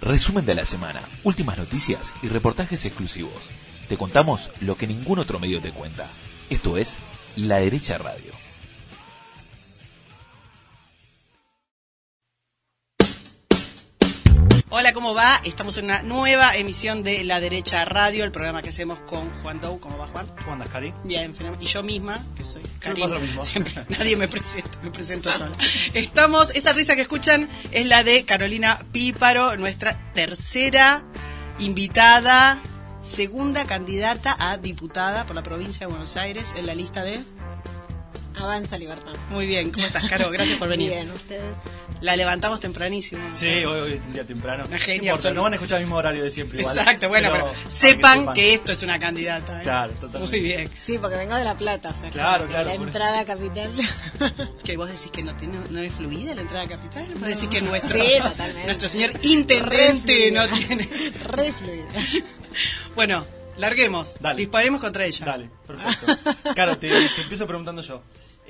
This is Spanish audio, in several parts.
Resumen de la semana, últimas noticias y reportajes exclusivos. Te contamos lo que ningún otro medio te cuenta. Esto es La Derecha Radio. Hola, ¿cómo va? Estamos en una nueva emisión de La Derecha Radio, el programa que hacemos con Juan Dou. ¿Cómo va, Juan? ¿Cómo andas, Cari? Bien, fenómeno. Y yo misma, que soy Cari. Pasa lo mismo. Siempre, nadie me presento sola. Estamos, esa risa que escuchan es la de Carolina Píparo, nuestra tercera invitada, segunda candidata a diputada por la provincia de Buenos Aires en la lista de... Avanza Libertad. Muy bien, ¿cómo estás, Caro? Gracias por venir. Bien, ustedes. La levantamos tempranísimo. Sí, hoy es un día temprano. Una genia, no importa, absoluta. no van a escuchar el mismo horario de siempre igual. Exacto, bueno, pero sepan que esto es una candidata. Claro, totalmente. Muy bien. Sí, porque vengo de La Plata. O sea, Claro, la claro. entrada a Capital. Que vos decís que no es fluida la entrada a Capital. Vos decís que nuestro, Sí, totalmente. nuestro señor intendente no Re tiene... Re fluida. Bueno, larguemos. Dale. Disparemos contra ella. Dale, perfecto. Claro, te empiezo preguntando yo.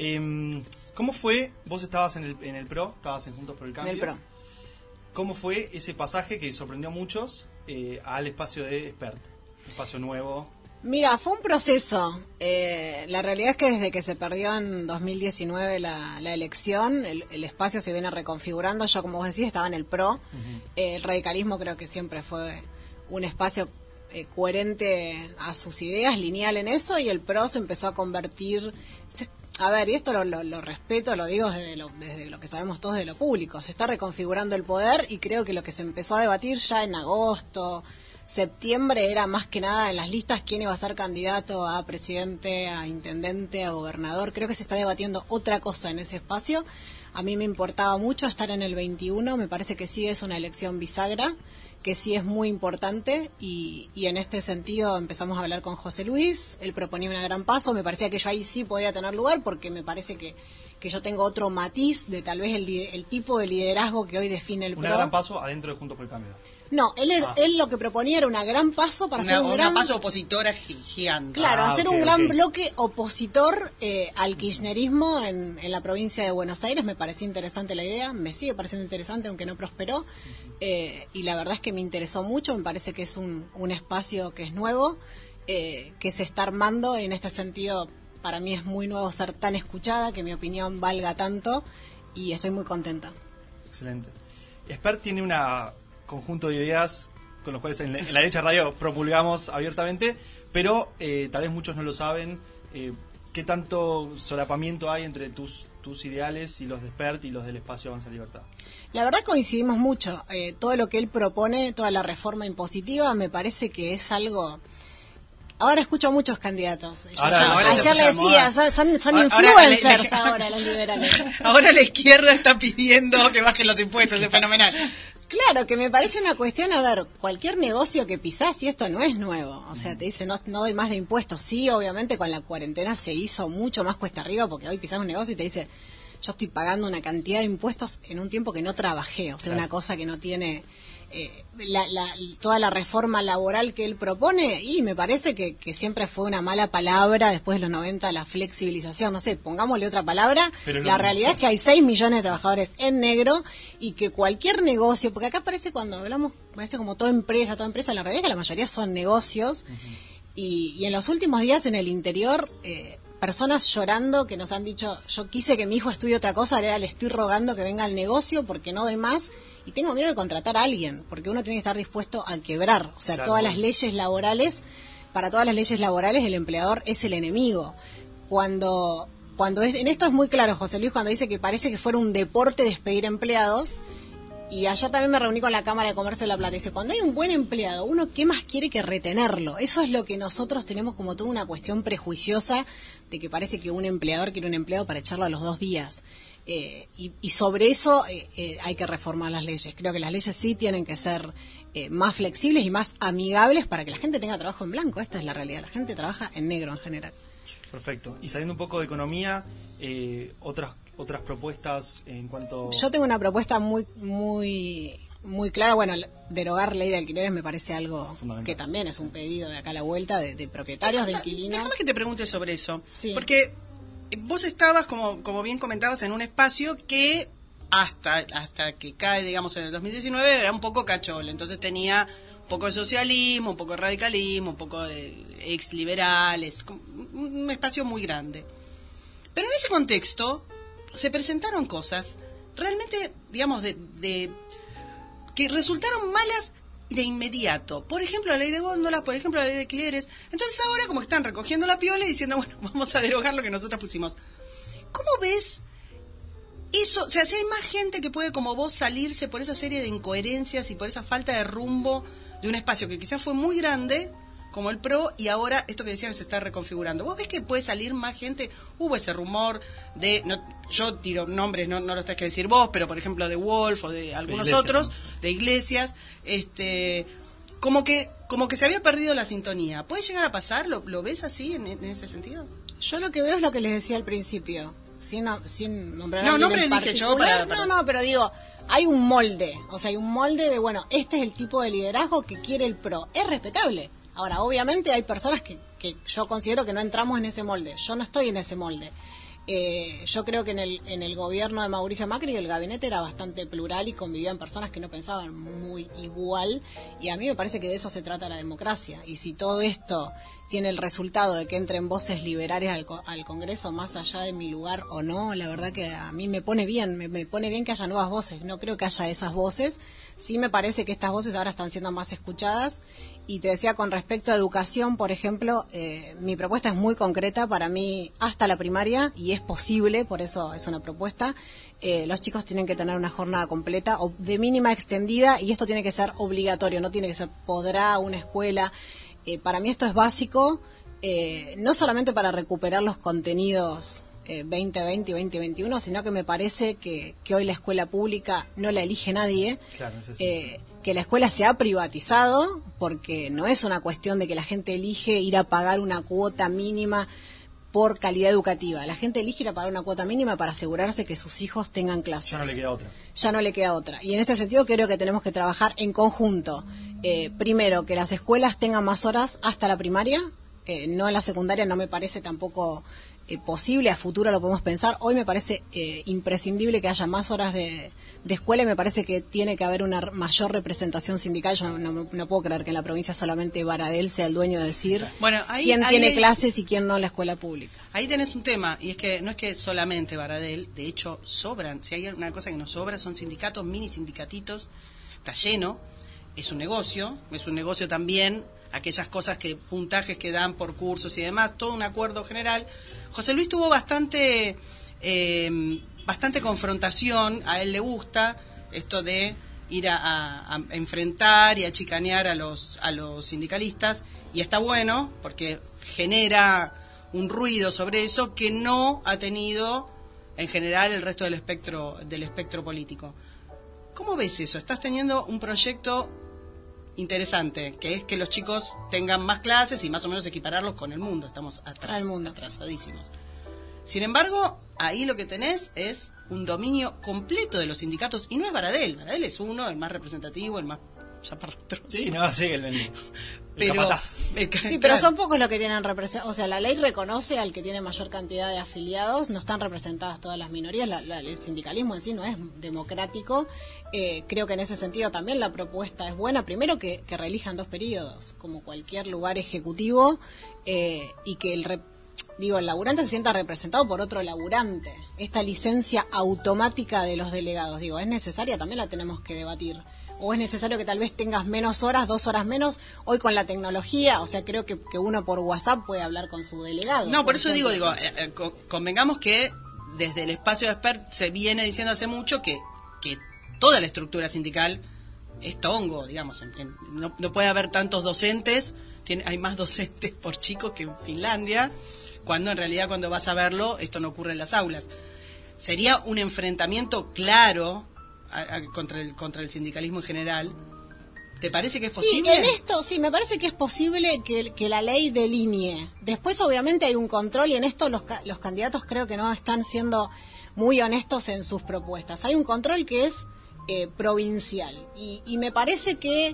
¿Cómo fue? Vos estabas en el PRO, estabas en Juntos por el Cambio. En el PRO. ¿Cómo fue ese pasaje que sorprendió a muchos al espacio de Expert? Espacio nuevo. Mira, fue un proceso. La realidad es que desde que se perdió en 2019 la elección, el espacio se viene reconfigurando. Yo, como vos decís, estaba en el PRO. Uh-huh. El radicalismo creo que siempre fue un espacio coherente a sus ideas, lineal en eso, y el PRO se empezó a convertir... A ver, y esto lo respeto, lo digo desde lo que sabemos todos de lo público. Se está reconfigurando el poder y creo que lo que se empezó a debatir ya en agosto, septiembre, era más que nada en las listas quién iba a ser candidato a presidente, a intendente, a gobernador. Creo que se está debatiendo otra cosa en ese espacio. A mí me importaba mucho estar en el 21, me parece que sí es una elección bisagra, que sí es muy importante y en este sentido empezamos a hablar con José Luis, él proponía una gran paso, me parecía que yo ahí sí podía tener lugar porque me parece que yo tengo otro matiz de tal vez el tipo de liderazgo que hoy define el PRO. Un gran paso adentro de Juntos por el Cambio. No, él lo que proponía era una gran paso para hacer un gran... Una paso opositora gigante. Claro, hacer ok, un gran ok. bloque opositor al kirchnerismo en la provincia de Buenos Aires. Me parecía interesante la idea, me sigue pareciendo interesante, aunque no prosperó. Y la verdad es que me interesó mucho, me parece que es un espacio que es nuevo, que se está armando. En este sentido, para mí es muy nuevo ser tan escuchada, que mi opinión valga tanto, y estoy muy contenta. Excelente. Expert tiene una conjunto de ideas con los cuales en la Derecha Radio promulgamos abiertamente, pero tal vez muchos no lo saben. ¿Qué tanto solapamiento hay entre tus ideales y los de Expert y los del Espacio Avanza Libertad? La verdad coincidimos mucho. Todo lo que él propone, toda la reforma impositiva, me parece que es algo... Ahora escucho a muchos candidatos. Ahora Ayer le decía, son influencers ahora los liberales. Ahora la izquierda está pidiendo que bajen los impuestos, es fenomenal. Claro, que me parece una cuestión, a ver, cualquier negocio que pisás, y esto no es nuevo, o sea, te dice no doy más de impuestos. Sí, obviamente con la cuarentena se hizo mucho más cuesta arriba, porque hoy pisás un negocio y te dice, yo estoy pagando una cantidad de impuestos en un tiempo que no trabajé, o sea, Claro. una cosa que no tiene... toda la reforma laboral que él propone, y me parece que siempre fue una mala palabra después de los 90, la flexibilización, no sé, pongámosle otra palabra. Pero La realidad es que hay 6 millones de trabajadores en negro y que cualquier negocio, porque acá parece cuando hablamos, parece como toda empresa, la realidad es que la mayoría son negocios. Y en los últimos días en el interior, personas llorando que nos han dicho, yo quise que mi hijo estudie otra cosa, ahora le estoy rogando que venga al negocio porque no doy más y tengo miedo de contratar a alguien, porque uno tiene que estar dispuesto a quebrar. O sea, Claro. todas las leyes laborales, para todas las leyes laborales el empleador es el enemigo. Cuando en esto es muy claro José Luis, cuando dice que parece que fuera un deporte despedir empleados. Y allá también me reuní con la Cámara de Comercio de La Plata. Dice, cuando hay un buen empleado, uno ¿qué más quiere que retenerlo? Eso es lo que nosotros tenemos como toda una cuestión prejuiciosa de que parece que un empleador quiere un empleado para echarlo a los 2 días. Y sobre eso hay que reformar las leyes. Creo que las leyes sí tienen que ser más flexibles y más amigables para que la gente tenga trabajo en blanco. Esta es la realidad. La gente trabaja en negro en general. Perfecto. Y saliendo un poco de economía, otras propuestas en cuanto... Yo tengo una propuesta muy clara. Bueno, derogar ley de alquileres me parece algo que también es un pedido de acá a la vuelta de propietarios, de inquilinos. Déjame que te pregunte sobre eso. Sí. Porque vos estabas, como bien comentabas, en un espacio que hasta que cae, digamos, en el 2019, era un poco cachol. Entonces tenía un poco de socialismo, un poco de radicalismo, un poco de ex-liberales, un espacio muy grande. Pero en ese contexto se presentaron cosas realmente, digamos, que resultaron malas de inmediato. Por ejemplo, la ley de góndolas, por ejemplo, la ley de alquileres. Entonces ahora como que están recogiendo la piola y diciendo, bueno, vamos a derogar lo que nosotros pusimos. ¿Cómo ves eso? O sea, si hay más gente que puede, como vos, salirse por esa serie de incoherencias y por esa falta de rumbo de un espacio que quizás fue muy grande, como el PRO, y ahora esto que decían se está reconfigurando. ¿Vos ves que puede salir más gente? Hubo ese rumor de, yo tiro nombres, no los tenés que decir vos, pero por ejemplo de Wolf o de algunos de Iglesias, otros, ¿no? de Iglesias, como que se había perdido la sintonía. ¿Puede llegar a pasar? ¿Lo ves así en ese sentido? Yo lo que veo es lo que les decía al principio, sin nombrar No, a alguien nombres en dije yo particular. para- No, pero digo, hay un molde, o sea, hay un molde de, bueno, este es el tipo de liderazgo que quiere el PRO. Es respetable. Ahora, obviamente hay personas que yo considero que no entramos en ese molde. Yo no estoy en ese molde. Yo creo que en el gobierno de Mauricio Macri el gabinete era bastante plural y convivían personas que no pensaban muy igual, y a mí me parece que de eso se trata la democracia. Y si todo esto tiene el resultado de que entren voces liberales al Congreso, más allá de mi lugar o no, la verdad que a mí me pone bien, me pone bien que haya nuevas voces. No creo que haya esas voces. Sí me parece que estas voces ahora están siendo más escuchadas. Y te decía, con respecto a educación, por ejemplo, mi propuesta es muy concreta. Para mí, hasta la primaria, y es posible, por eso es una propuesta, los chicos tienen que tener una jornada completa o de mínima extendida, y esto tiene que ser obligatorio, no tiene que ser podrá una escuela. Para mí esto es básico, no solamente para recuperar los contenidos 2020 y 2021, sino que me parece que hoy la escuela pública no la elige nadie. Claro, es eso. Que la escuela se ha privatizado, porque no es una cuestión de que la gente elige ir a pagar una cuota mínima por calidad educativa. La gente elige ir a pagar una cuota mínima para asegurarse que sus hijos tengan clases. Ya no le queda otra. Ya no le queda otra. Y en este sentido creo que tenemos que trabajar en conjunto. Primero, que las escuelas tengan más horas hasta la primaria, no la secundaria no me parece tampoco posible, a futuro lo podemos pensar. Hoy me parece imprescindible que haya más horas de escuela, y me parece que tiene que haber una mayor representación sindical. Yo no puedo creer que en la provincia solamente Baradel sea el dueño de decir Bueno, ahí tiene hay- clases y quién no en la escuela pública. Ahí tenés un tema, y es que no es que solamente Baradel, de hecho sobran, si hay una cosa que nos sobra son sindicatos, mini sindicatitos, está lleno, es un negocio también, aquellas cosas que, puntajes que dan por cursos y demás, todo un acuerdo general. José Luis tuvo bastante confrontación, a él le gusta esto de ir a enfrentar y a chicanear a los sindicalistas, y está bueno porque genera un ruido sobre eso que no ha tenido en general el resto del espectro político. ¿Cómo ves eso? Estás teniendo un proyecto interesante, que es que los chicos tengan más clases y más o menos equipararlos con el mundo. Estamos Al mundo. atrasadísimos. Sin embargo, ahí lo que tenés es un dominio completo de los sindicatos, y no es Baradel. Baradel es uno, el más representativo, el más chaparrostroso. Sí, no, sí, el pero capataz. Sí, pero son pocos los que tienen representación. O sea, la ley reconoce al que tiene mayor cantidad de afiliados. No están representadas todas las minorías. El sindicalismo en sí no es democrático. Creo que en ese sentido también la propuesta es buena. Primero que reelijan 2 periodos, como cualquier lugar ejecutivo, y que el laburante se sienta representado por otro laburante. Esta licencia automática de los delegados, ¿es necesaria? También la tenemos que debatir. ¿O es necesario que tal vez tengas menos horas, 2 horas menos? Hoy con la tecnología, o sea, creo que uno por WhatsApp puede hablar con su delegado. No, por eso ejemplo. digo, convengamos que desde el espacio de expert se viene diciendo hace mucho que toda la estructura sindical es tongo, digamos. No puede haber tantos docentes, hay más docentes por chicos que en Finlandia, cuando en realidad cuando vas a verlo, esto no ocurre en las aulas. Sería un enfrentamiento claro contra el sindicalismo en general. ¿Te parece que es posible? Sí, en esto sí, me parece que es posible que la ley delinee. Después obviamente hay un control, y en esto los candidatos creo que no están siendo muy honestos en sus propuestas. Hay un control que es provincial, y me parece que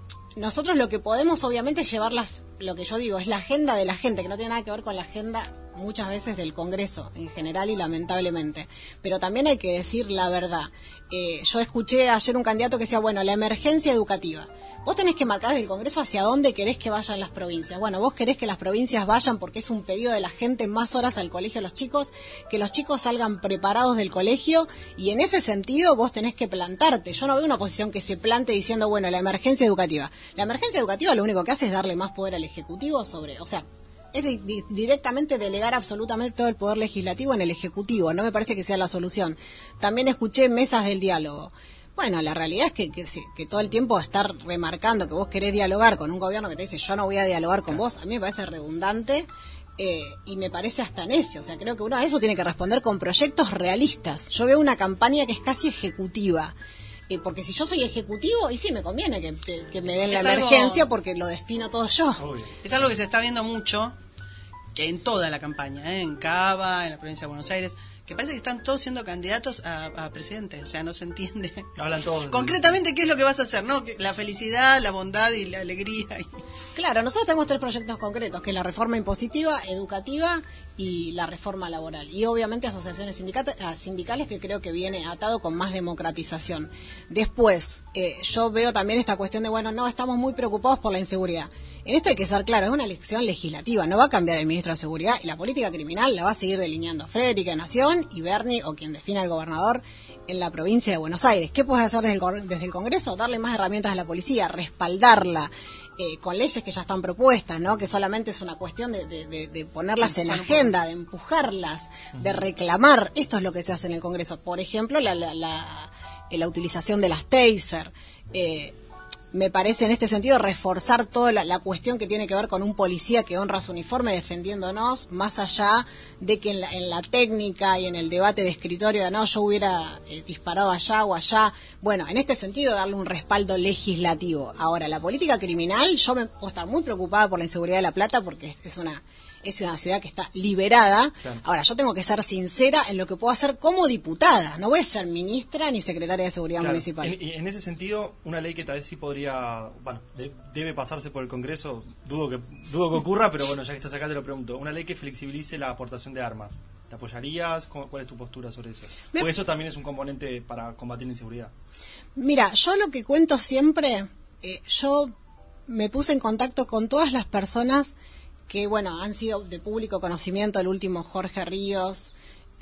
nosotros lo que podemos obviamente es llevar lo que yo digo, es la agenda de la gente, que no tiene nada que ver con la agenda muchas veces del Congreso en general y lamentablemente. Pero también hay que decir la verdad. Yo escuché ayer un candidato que decía, bueno, la emergencia educativa. Vos tenés que marcar desde el Congreso hacia dónde querés que vayan las provincias. Bueno, vos querés que las provincias vayan porque es un pedido de la gente, más horas al colegio de los chicos, que los chicos salgan preparados del colegio, y en ese sentido vos tenés que plantarte. Yo no veo una oposición que se plante diciendo, bueno, la emergencia educativa. La emergencia educativa lo único que hace es darle más poder al Ejecutivo sobre, o sea, es directamente delegar absolutamente todo el poder legislativo en el Ejecutivo. No me parece que sea la solución. También escuché mesas del diálogo. Bueno, la realidad es que todo el tiempo estar remarcando que vos querés dialogar con un gobierno que te dice yo no voy a dialogar con vos, a mí me parece redundante y me parece hasta necio. O sea, creo que uno a eso tiene que responder con proyectos realistas. Yo veo una campaña que es casi ejecutiva. Porque si yo soy ejecutivo, y sí, me conviene que me den la emergencia porque lo defino todo yo. Obvio. Es algo que se está viendo mucho, que en toda la campaña, en Cava, en la provincia de Buenos Aires, que parece que están todos siendo candidatos a presidente, o sea, no se entiende. Hablan todos. Concretamente, ¿qué es lo que vas a hacer? ¿No? La felicidad, la bondad y la alegría. Claro, nosotros tenemos 3 proyectos concretos, que es la reforma impositiva, educativa y la reforma laboral. Y obviamente asociaciones sindicales, que creo que viene atado con más democratización. Después, yo veo también esta cuestión de, bueno, no, estamos muy preocupados por la inseguridad. En esto hay que ser claro, es una elección legislativa, no va a cambiar el ministro de Seguridad, y la política criminal la va a seguir delineando Frederica de Nación y Bernie, o quien defina el gobernador en la provincia de Buenos Aires. ¿Qué puedes hacer desde el Congreso? Darle más herramientas a la policía, respaldarla, con leyes que ya están propuestas, ¿no? Que solamente es una cuestión de ponerlas en la agenda, de empujarlas, de reclamar. Esto es lo que se hace en el Congreso. Por ejemplo, la utilización de las taser. Me parece en este sentido reforzar toda la cuestión que tiene que ver con un policía que honra su uniforme defendiéndonos, más allá de que en la técnica y en el debate de escritorio, no, yo hubiera disparado allá o allá. Bueno, en este sentido darle un respaldo legislativo. Ahora, la política criminal, yo me puedo estar muy preocupada por la inseguridad de La Plata porque es una ciudad que está liberada. Claro. Ahora, yo tengo que ser sincera en lo que puedo hacer como diputada. No voy a ser ministra ni secretaria de Seguridad Municipal. En ese sentido, una ley que tal vez sí podría, bueno, debe pasarse por el Congreso, dudo que ocurra, pero bueno, ya que estás acá te lo pregunto. Una ley que flexibilice la aportación de armas. ¿La apoyarías? ¿Cuál es tu postura sobre eso? Porque eso también es un componente para combatir la inseguridad. Mira, yo lo que cuento siempre, yo me puse en contacto con todas las personas que, bueno, han sido de público conocimiento, el último Jorge Ríos.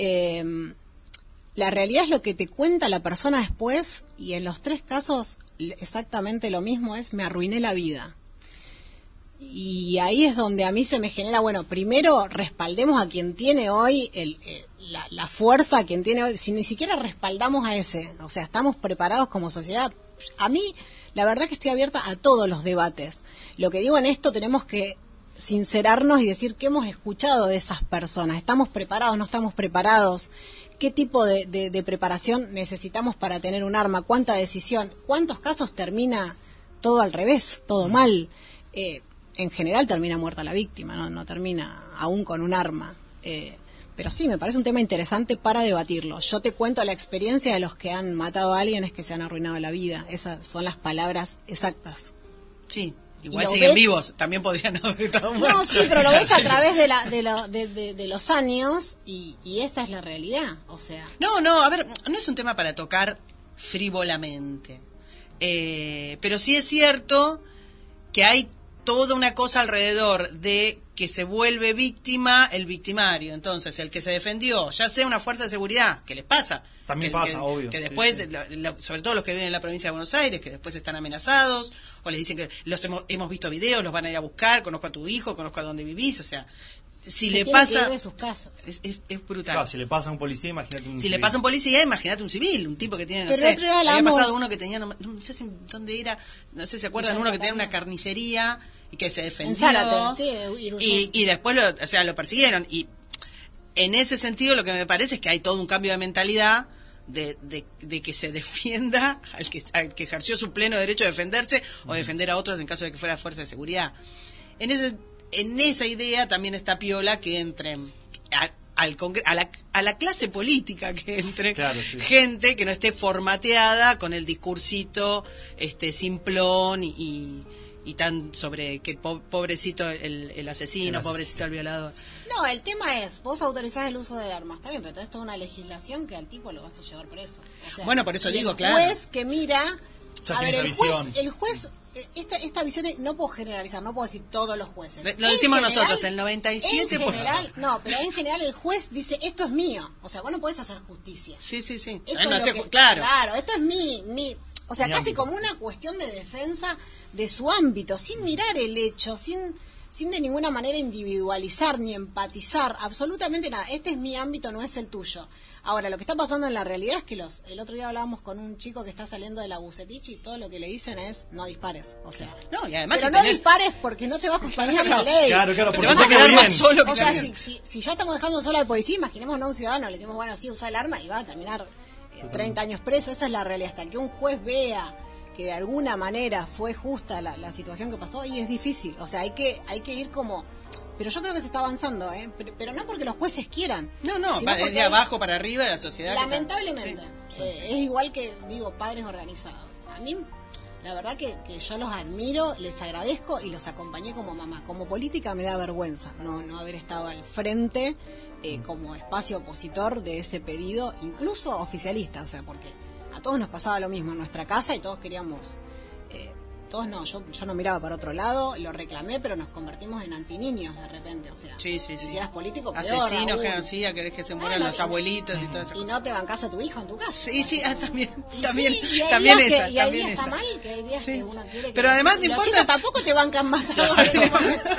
La realidad es lo que te cuenta la persona después, y en los 3 casos exactamente lo mismo es, me arruiné la vida. Y ahí es donde a mí se me genera, bueno, primero respaldemos a quien tiene hoy la fuerza, quien tiene hoy, si ni siquiera respaldamos a ese, o sea, estamos preparados como sociedad. A mí, la verdad que estoy abierta a todos los debates. Lo que digo en esto, tenemos que sincerarnos y decir qué hemos escuchado de esas personas. ¿Estamos preparados? ¿No estamos preparados? ¿Qué tipo de preparación necesitamos para tener un arma? ¿Cuánta decisión? ¿Cuántos casos termina todo al revés, todo mal? En general termina muerta la víctima, no termina aún con un arma. Pero sí, me parece un tema interesante para debatirlo. Yo te cuento la experiencia de los que han matado a alguien, es que se han arruinado la vida. Esas son las palabras exactas. Sí. Igual siguen vivos, también podrían haber estado muertos. No, sí, pero lo ves a través de los años y esta es la realidad, o sea. No, a ver, no es un tema para tocar frívolamente, pero sí es cierto que hay toda una cosa alrededor de que se vuelve víctima el victimario. Entonces, el que se defendió, ya sea una fuerza de seguridad, ¿qué les pasa? También pasa, obvio. Que después, sí. Sobre todo los que viven en la provincia de Buenos Aires, que después están amenazados, o les dicen que hemos visto videos, los van a ir a buscar, conozco a tu hijo, conozco a dónde vivís, o sea, si le pasa... Que ir de sus casas. Es brutal. Claro, si le pasa a un policía, imagínate un civil. Si le pasa a un policía, imagínate un civil, un tipo que tiene, no pero sé, había pasado uno que tenía, no sé dónde era, no sé si se acuerdan, uno que tenía una carnicería y que se defendió. Zárate, sí, y después lo persiguieron. Y en ese sentido lo que me parece es que hay todo un cambio de mentalidad de que se defienda al que ejerció su pleno derecho a defenderse o defender a otros en caso de que fuera fuerza de seguridad. En esa idea también está piola que entren a la clase política, que entre gente que no esté formateada con el discursito simplón y y tan sobre que pobrecito el asesino, pobrecito el violador. No, el tema es, vos autorizás el uso de armas, está bien, pero todo esto es una legislación que al tipo lo vas a llevar preso. O sea, bueno, por eso digo, el claro. juez que mira, Ya a tiene ver, esa el juez, esta visión no puedo generalizar, no puedo decir todos los jueces. Lo decimos En general, nosotros, el 97%. En general, no, pero en general el juez dice, esto es mío. O sea, vos no podés hacer justicia. Sí. Esto No, es lo que- claro. Claro, esto es mi o sea, Mi casi ámbito. como una cuestión de defensa de su ámbito, sin mirar el hecho, sin de ninguna manera individualizar ni empatizar, absolutamente nada. Este es mi ámbito, no es el tuyo. Ahora, lo que está pasando en la realidad es que el otro día hablábamos con un chico que está saliendo de la Bucetich y todo lo que le dicen es no dispares. O sea, No, y además pero si no tenés- dispares porque no te va a acompañar la ley. Claro, Te porque vas a no quedar bien. más solo que O sea, también. si ya estamos dejando solo al policía, imaginémonos a un ciudadano, le decimos, bueno, sí, usa el arma y va a terminar 30 años preso. Esa es la realidad. Hasta que un juez vea que de alguna manera fue justa la situación que pasó, y es difícil. O sea, hay que ir como... Pero yo creo que se está avanzando, ¿eh? Pero no porque los jueces quieran. No, sino va desde porque abajo para arriba de la sociedad. que está- lamentablemente, Sí. es igual que, digo, padres organizados. A mí, la verdad que yo los admiro, les agradezco y los acompañé como mamá. Como política me da vergüenza no haber estado al frente como espacio opositor de ese pedido, incluso oficialista, o sea, porque a todos nos pasaba lo mismo en nuestra casa y todos queríamos... todos no, yo no miraba para otro lado, lo reclamé, pero nos convertimos en antiniños de repente, o sea, Sí. si eras político, peor Asesinos, aún. genocida, querés que se mueran Bueno, los abuelitos y todo eso. Y no te bancás a tu hijo en tu casa. Sí, también, Y también, sí, y hay también días esa, que- y hay también días esa. está mal, que hay días Sí. que uno quiere que Pero además los no importa- chicos tampoco te bancan más ahora en el momento.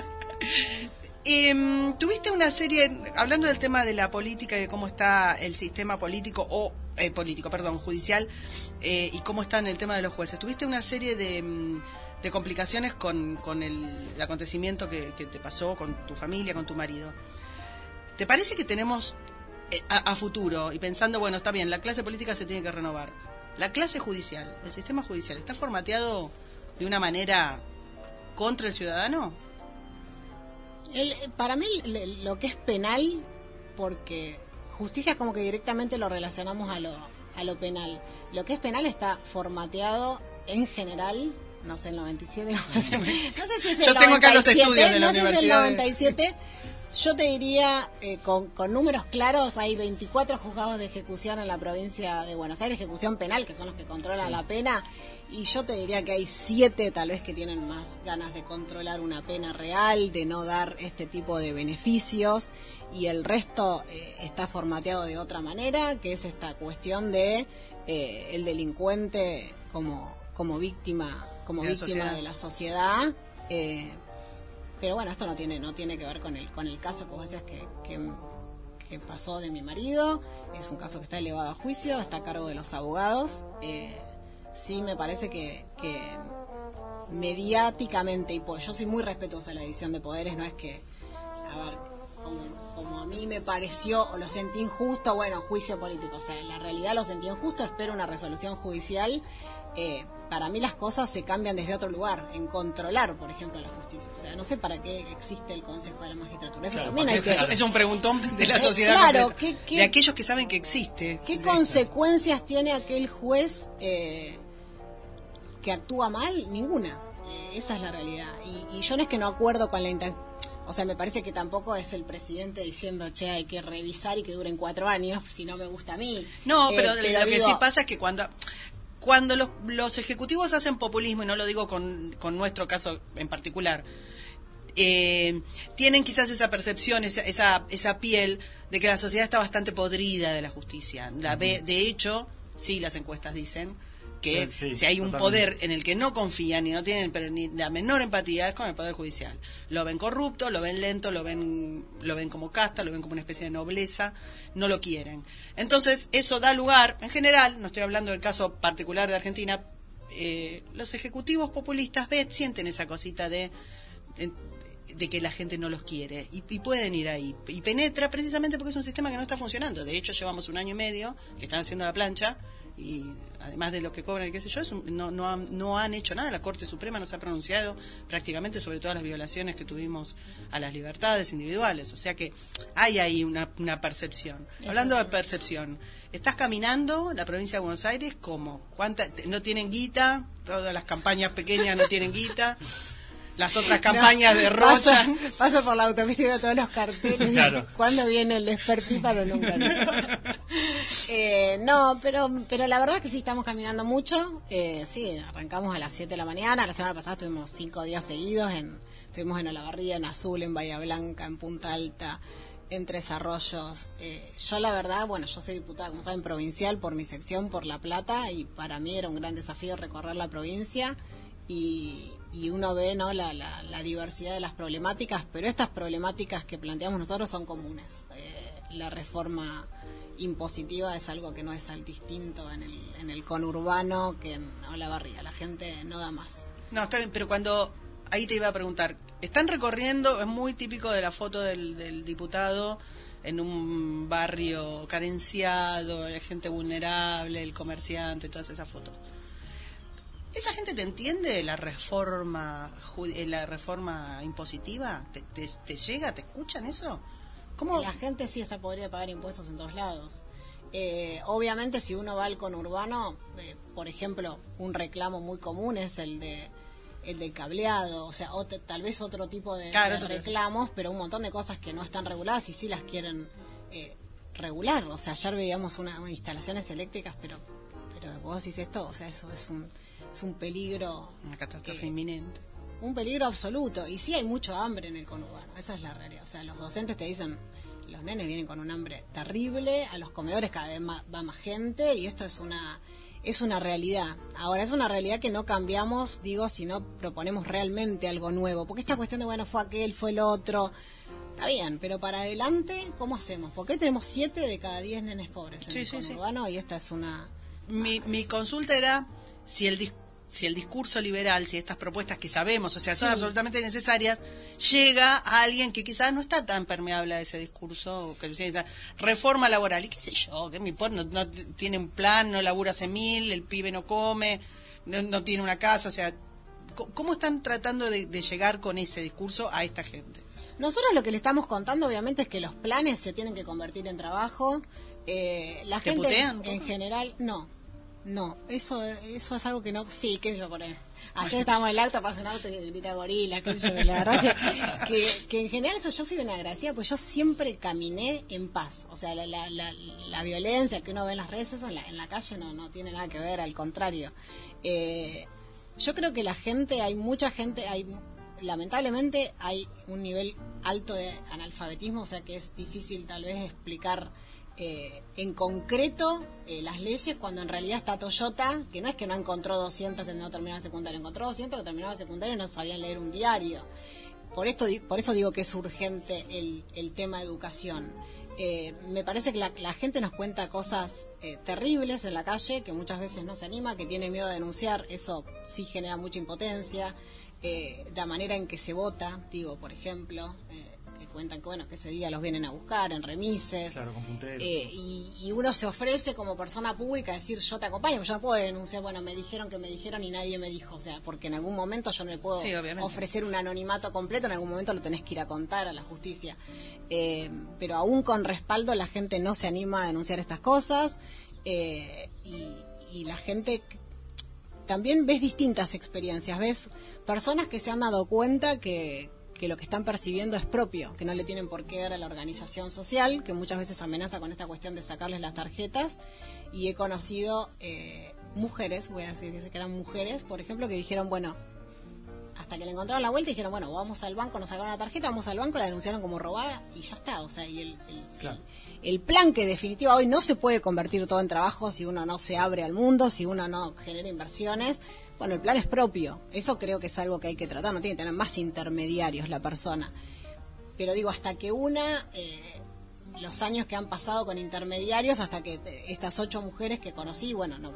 Tuviste una serie, hablando del tema de la política y de cómo está el sistema político, judicial, y cómo está en el tema de los jueces. Tuviste una serie de complicaciones con el acontecimiento que te pasó con tu familia, con tu marido. ¿Te parece que tenemos a futuro, y pensando, bueno, está bien, la clase política se tiene que renovar, la clase judicial, el sistema judicial, está formateado de una manera contra el ciudadano? Para mí lo que es penal, porque justicia es como que directamente lo relacionamos a lo penal. Lo que es penal está formateado en general, no sé, el 97, no sé si es el Yo tengo acá los 97, estudios de la no sé si es el universidad. 97. Yo te diría, con números claros, hay 24 juzgados de ejecución en la provincia de Buenos Aires, ejecución penal, que son los que controlan la pena, y yo te diría que hay 7 tal vez que tienen más ganas de controlar una pena real, de no dar este tipo de beneficios, y el resto está formateado de otra manera, que es esta cuestión de el delincuente como víctima de la sociedad. Pero bueno, esto no tiene que ver con el caso que vos decías que pasó de mi marido. Es un caso que está elevado a juicio, está a cargo de los abogados. Sí me parece que mediáticamente, y pues yo soy muy respetuosa de la división de poderes, no es que, a ver, como a mí me pareció o lo sentí injusto, bueno, juicio político. O sea, en la realidad lo sentí injusto, espero una resolución judicial. Para mí las cosas se cambian desde otro lugar, en controlar, por ejemplo, la justicia. O sea, no sé para qué existe el Consejo de la Magistratura. Eso Claro, también hay que... Es un preguntón de la sociedad Claro, completa, ¿qué- de aquellos que saben que existe. ¿Qué consecuencias tiene aquel juez que actúa mal? Ninguna. Esa es la realidad. Y yo no es que no acuerdo con la intención. O sea, me parece que tampoco es el presidente diciendo, che, hay que revisar y que duren 4 años, si no me gusta a mí. No, pero lo que digo, sí pasa es que cuando los ejecutivos hacen populismo, y no lo digo con nuestro caso en particular, tienen quizás esa percepción, esa piel de que la sociedad está bastante podrida de la justicia. De hecho, sí, las encuestas dicen que Sí, si hay un totalmente. poder en el que no confían y no tienen ni la menor empatía, es con el poder judicial. Lo ven corrupto, lo ven lento, lo ven como casta, lo ven como una especie de nobleza, no lo quieren. Entonces, eso da lugar, en general, no estoy hablando del caso particular de Argentina, los ejecutivos populistas sienten esa cosita de que la gente no los quiere y pueden ir ahí. Y penetra precisamente porque es un sistema que no está funcionando. De hecho, llevamos 1 año y medio que están haciendo la plancha, y además de lo que cobran y qué sé yo, no han hecho nada. La Corte Suprema no se ha pronunciado prácticamente sobre todas las violaciones que tuvimos a las libertades individuales. O sea que hay ahí una percepción. Hablando de percepción, estás caminando la provincia de Buenos Aires, ¿cómo? ¿No tienen guita? Todas las campañas pequeñas no tienen guita. Las otras campañas derrochan. Paso por la autopista y veo todos los carteles. Claro. ¿Cuándo viene el desperpíparo? Nunca. No, pero la verdad es que sí, estamos caminando mucho. Sí, arrancamos a las 7 de la mañana. La semana pasada estuvimos 5 días seguidos. Estuvimos en Olavarría, en Azul, en Bahía Blanca, en Punta Alta, en Tres Arroyos. Yo la verdad, bueno, yo soy diputada, como saben, provincial por mi sección, por La Plata, y para mí era un gran desafío recorrer la provincia. Y uno ve, ¿no?, la diversidad de las problemáticas, pero estas problemáticas que planteamos nosotros son comunes. La reforma impositiva es algo que no es al distinto en el conurbano que en Olavarría. La gente no da más. No, está bien, pero ahí te iba a preguntar, están recorriendo, es muy típico de la foto del diputado en un barrio carenciado, la gente vulnerable, el comerciante, todas esas fotos. ¿Esa gente te entiende la reforma impositiva? ¿Te llega? ¿Te escuchan eso? ¿Cómo? La gente sí está podría pagar impuestos en todos lados. Obviamente, si uno va al conurbano, por ejemplo, un reclamo muy común es el del cableado, o sea, tal vez otro tipo de reclamos, pero un montón de cosas que no están reguladas y sí las quieren regular. O sea, ayer veíamos unas instalaciones eléctricas, pero vos decís esto, o sea, eso es un peligro. Una catástrofe inminente. Un peligro absoluto. Y sí hay mucho hambre en el conurbano, esa es la realidad. O sea, los docentes te dicen, los nenes vienen con un hambre terrible, a los comedores cada vez va más gente, y esto es una realidad. Ahora, es una realidad que no cambiamos, digo, si no proponemos realmente algo nuevo. Porque esta cuestión de, bueno, fue aquel, fue el otro, está bien, pero para adelante, ¿cómo hacemos? Porque tenemos 7 de cada 10 nenes pobres en el conurbano, y esta es una... Mi consulta era si el discurso liberal, si estas propuestas que sabemos, o sea, son absolutamente necesarias, llega a alguien que quizás no está tan permeable a ese discurso, o que necesita reforma laboral, y qué sé yo, que me importa, no tiene un plan, no labura hace 1000, el pibe no come, no tiene una casa, o sea, ¿cómo están tratando de llegar con ese discurso a esta gente? Nosotros lo que le estamos contando, obviamente, es que los planes se tienen que convertir en trabajo. La gente putean, en general, no, eso es algo que no, sí, qué sé yo, por ahí. Ayer estábamos en el auto, pasa un auto y grita gorila, qué sé yo, la verdad que en general eso, yo soy una agradecida, pues yo siempre caminé en paz. O sea, la violencia que uno ve en las redes, eso en la calle no tiene nada que ver, al contrario. Yo creo que hay mucha gente, lamentablemente hay un nivel alto de analfabetismo, o sea que es difícil tal vez explicar en concreto las leyes, cuando en realidad está Toyota, que no es que no encontró 200 que no terminaron el secundario, encontró 200 que terminaron el secundario y no sabían leer un diario. Por eso digo que es urgente el tema de educación. Me parece que la gente nos cuenta cosas terribles en la calle, que muchas veces no se anima, que tiene miedo de denunciar, eso sí genera mucha impotencia. La manera en que se vota, digo, por ejemplo, que cuentan que, bueno, que ese día los vienen a buscar en remises, claro, con punteros. Y uno se ofrece como persona pública a decir, yo te acompaño, yo no puedo denunciar, bueno, me dijeron y nadie me dijo, o sea, porque en algún momento yo no le puedo ofrecer un anonimato completo, en algún momento lo tenés que ir a contar a la justicia, pero aún con respaldo la gente no se anima a denunciar estas cosas, y la gente... También ves distintas experiencias, ves personas que se han dado cuenta que lo que están percibiendo es propio, que no le tienen por qué dar a la organización social, que muchas veces amenaza con esta cuestión de sacarles las tarjetas, y he conocido mujeres, voy a decir que eran mujeres, por ejemplo, que dijeron, bueno, hasta que le encontraron la vuelta, dijeron, bueno, vamos al banco, nos sacaron la tarjeta, vamos al banco, la denunciaron como robada y ya está, o sea, y el plan que en definitiva hoy no se puede convertir todo en trabajo si uno no se abre al mundo, si uno no genera inversiones. Bueno, el plan es propio, eso creo que es algo que hay que tratar, no tiene que tener más intermediarios la persona. Pero digo, hasta que los años que han pasado con intermediarios, hasta que estas 8 mujeres que conocí, bueno, no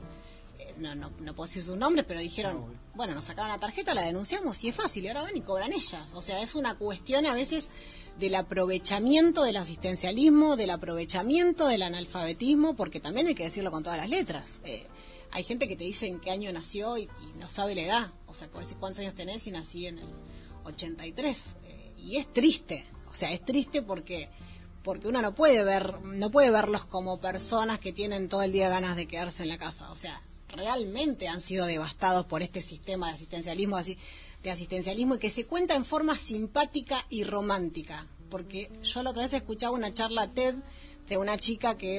puedo decir sus nombres, pero dijeron, bueno, nos sacaron la tarjeta, la denunciamos y es fácil, y ahora van y cobran ellas. O sea, es una cuestión a veces del aprovechamiento del asistencialismo, del aprovechamiento del analfabetismo, porque también hay que decirlo con todas las letras. Hay gente que te dice en qué año nació y no sabe la edad. O sea, ¿cuántos años tenés? Y nací en el 83. Y es triste. O sea, es triste porque porque uno no puede verlos como personas que tienen todo el día ganas de quedarse en la casa. O sea, realmente han sido devastados por este sistema de asistencialismo y que se cuenta en forma simpática y romántica. Porque yo la otra vez escuchaba una charla TED de una chica que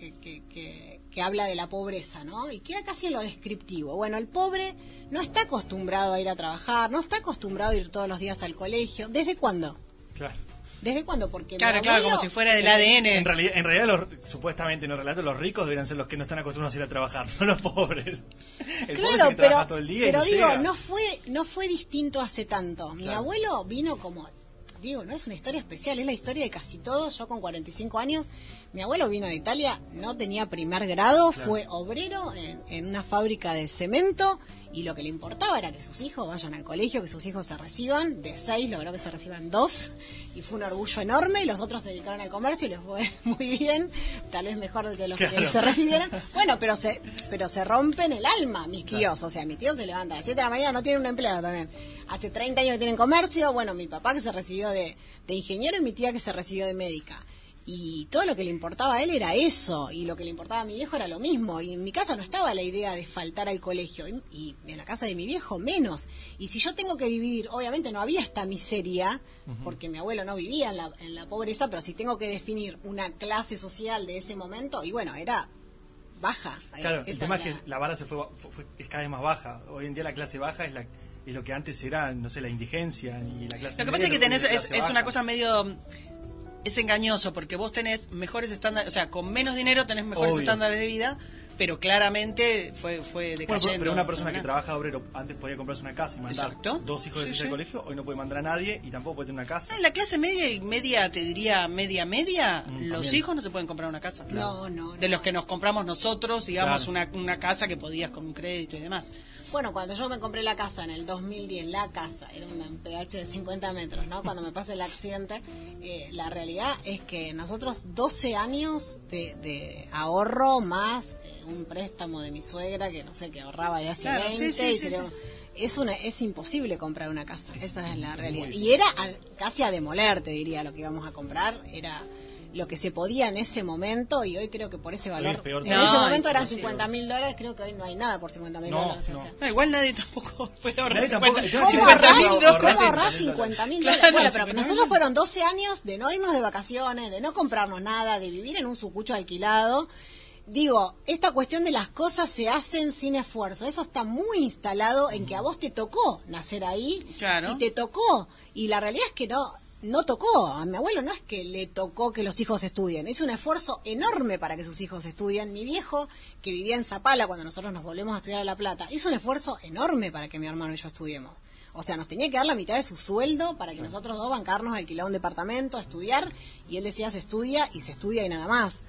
habla de la pobreza, ¿no? Y queda casi en lo descriptivo. Bueno, el pobre no está acostumbrado a ir a trabajar, no está acostumbrado a ir todos los días al colegio. ¿Desde cuándo? Claro. ¿Desde cuándo? Porque claro, como si fuera del ADN. En realidad supuestamente en los relatos los ricos deberían ser los que no están acostumbrados a ir a trabajar, no los pobres. El pobre es el que trabaja todo el día y no digo, llega. no fue distinto hace tanto. Mi abuelo vino como, digo, no es una historia especial, es la historia de casi todos. Yo con 45 años, mi abuelo vino de Italia, no tenía primer grado, fue obrero en una fábrica de cemento, y lo que le importaba era que sus hijos vayan al colegio, que sus hijos se reciban. De 6 logró que se reciban 2, y fue un orgullo enorme. Y los otros se dedicaron al comercio y les fue muy bien, tal vez mejor de los que se recibieron. Bueno, pero se rompen el alma mis tíos. O sea, mis tíos se levantan a las 7 de la mañana, no tienen un empleado también. Hace 30 años que tienen comercio. Bueno, mi papá que se recibió de ingeniero y mi tía que se recibió de médica. Y todo lo que le importaba a él era eso, y lo que le importaba a mi viejo era lo mismo. Y en mi casa no estaba la idea de faltar al colegio, y en la casa de mi viejo menos. Y si yo tengo que dividir, obviamente no había esta miseria, porque mi abuelo no vivía en la pobreza, pero si tengo que definir una clase social de ese momento, y bueno, era baja. Claro, el tema es que la vara es cada vez más baja. Hoy en día la clase baja es lo que antes era, no sé, la indigencia, y la clase Lo que pasa es que es una cosa medio... Es engañoso, porque vos tenés mejores estándares, o sea, con menos dinero tenés mejores estándares de vida, pero claramente fue decayendo. Bueno, pero una persona que trabaja de obrero antes podía comprarse una casa y mandar dos hijos de al colegio, hoy no puede mandar a nadie y tampoco puede tener una casa. En la clase media y media, te diría media, los también. hijos no se pueden comprar una casa. No. De los que nos compramos nosotros, digamos, una casa que podías con un crédito y demás. Bueno, cuando yo me compré la casa en el 2010, la casa, era un PH de 50 metros, ¿no? Cuando me pasa el accidente, la realidad es que nosotros 12 años de ahorro más un préstamo de mi suegra, que no sé, que ahorraba de hace 20, es imposible comprar una casa, esa es la realidad. Y era casi a demoler, te diría, lo que íbamos a comprar, era lo que se podía en ese momento, y hoy creo que por ese valor ese momento eran $50.000, creo que hoy no hay nada por $50.000. O sea, igual nadie tampoco puede ahorrar $50.000. ¿Cómo ahorrás $50.000? Bueno, pero nosotros fueron 12 años de no irnos de vacaciones, de no comprarnos nada, de vivir en un sucucho alquilado. Digo, esta cuestión de las cosas se hacen sin esfuerzo, eso está muy instalado en que a vos te tocó nacer ahí, y te tocó, y la realidad es que no tocó. A mi abuelo no es que le tocó que los hijos estudien, hizo un esfuerzo enorme para que sus hijos estudien. Mi viejo, que vivía en Zapala cuando nosotros nos volvemos a estudiar a La Plata, hizo un esfuerzo enorme para que mi hermano y yo estudiemos. O sea, nos tenía que dar la mitad de su sueldo para que nosotros dos bancarnos, alquilar un departamento, estudiar, y él decía se estudia y nada más.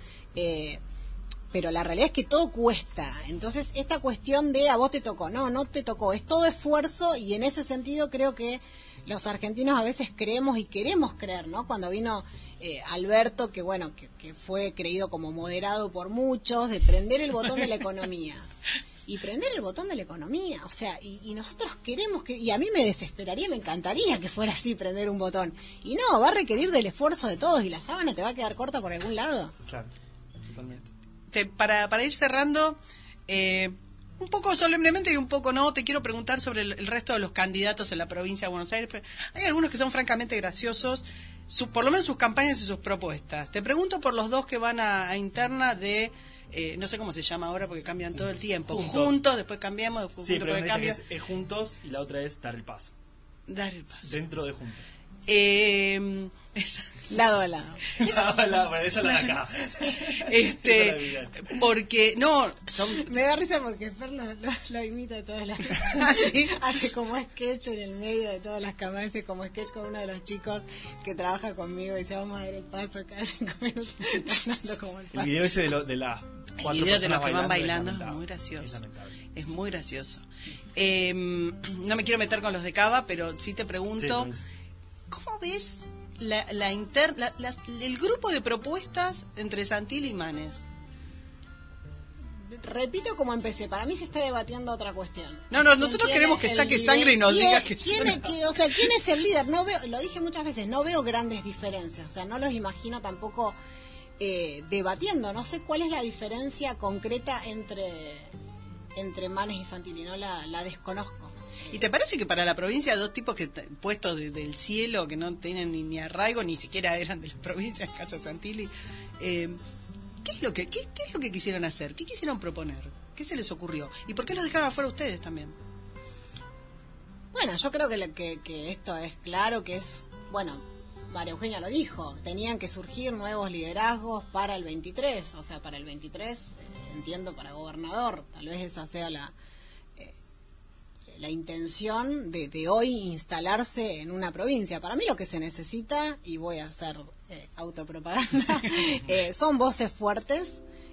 Pero la realidad es que todo cuesta. Entonces, esta cuestión de a vos te tocó, no te tocó, es todo esfuerzo, y en ese sentido creo que los argentinos a veces creemos y queremos creer, ¿no? Cuando vino Alberto, que bueno, que fue creído como moderado por muchos, de prender el botón de la economía. Y prender el botón de la economía, o sea, y nosotros queremos que, y a mí me desesperaría, me encantaría que fuera así, prender un botón. Y no, va a requerir del esfuerzo de todos, y la sábana te va a quedar corta por algún lado. Claro, totalmente. Para ir cerrando, un poco solemnemente y un poco no, te quiero preguntar sobre el resto de los candidatos en la provincia de Buenos Aires. Hay algunos que son francamente graciosos, por lo menos sus campañas y sus propuestas. Te pregunto por los dos que van a interna de, no sé cómo se llama ahora porque cambian todo el tiempo. Juntos, después cambiamos, después sí, Juntos, pero cambio. Es Juntos y la otra es Dar el Paso. Dar el Paso. Dentro de Juntos. Lado a lado. Bueno, esa es la de acá. Porque, no, me da risa porque Fer lo imita de todas las hace como sketch en el medio de todas las cámaras, hace como sketch con uno de los chicos que trabaja conmigo y dice vamos a dar el paso cada 5 minutos como el paso. El video ese de las 4 el video de los que van bailando es muy gracioso. Es muy gracioso. No me quiero meter con los de Cava, pero sí te pregunto, ¿cómo ves el grupo de propuestas entre Santilli y Manes? repito como empecé, para mí se está debatiendo otra cuestión. No, nosotros queremos que saque sangre y nos diga que ¿quién es el líder? No veo, lo dije muchas veces, no veo grandes diferencias, o sea, no los imagino tampoco debatiendo, no sé cuál es la diferencia concreta entre Manes y Santilli, no la desconozco. ¿Y te parece que para la provincia dos tipos que puestos del cielo, que no tienen ni arraigo, ni siquiera eran de la provincia, en Casa Santilli, ¿qué es lo que quisieron hacer? ¿Qué quisieron proponer? ¿Qué se les ocurrió? ¿Y por qué los dejaron afuera ustedes también? Bueno, yo creo que esto es claro, que es, bueno, María Eugenia lo dijo, tenían que surgir nuevos liderazgos para el 23, o sea, para el 23, entiendo, para gobernador, tal vez esa sea la intención de hoy instalarse en una provincia. Para mí lo que se necesita, y voy a hacer autopropaganda, son voces fuertes,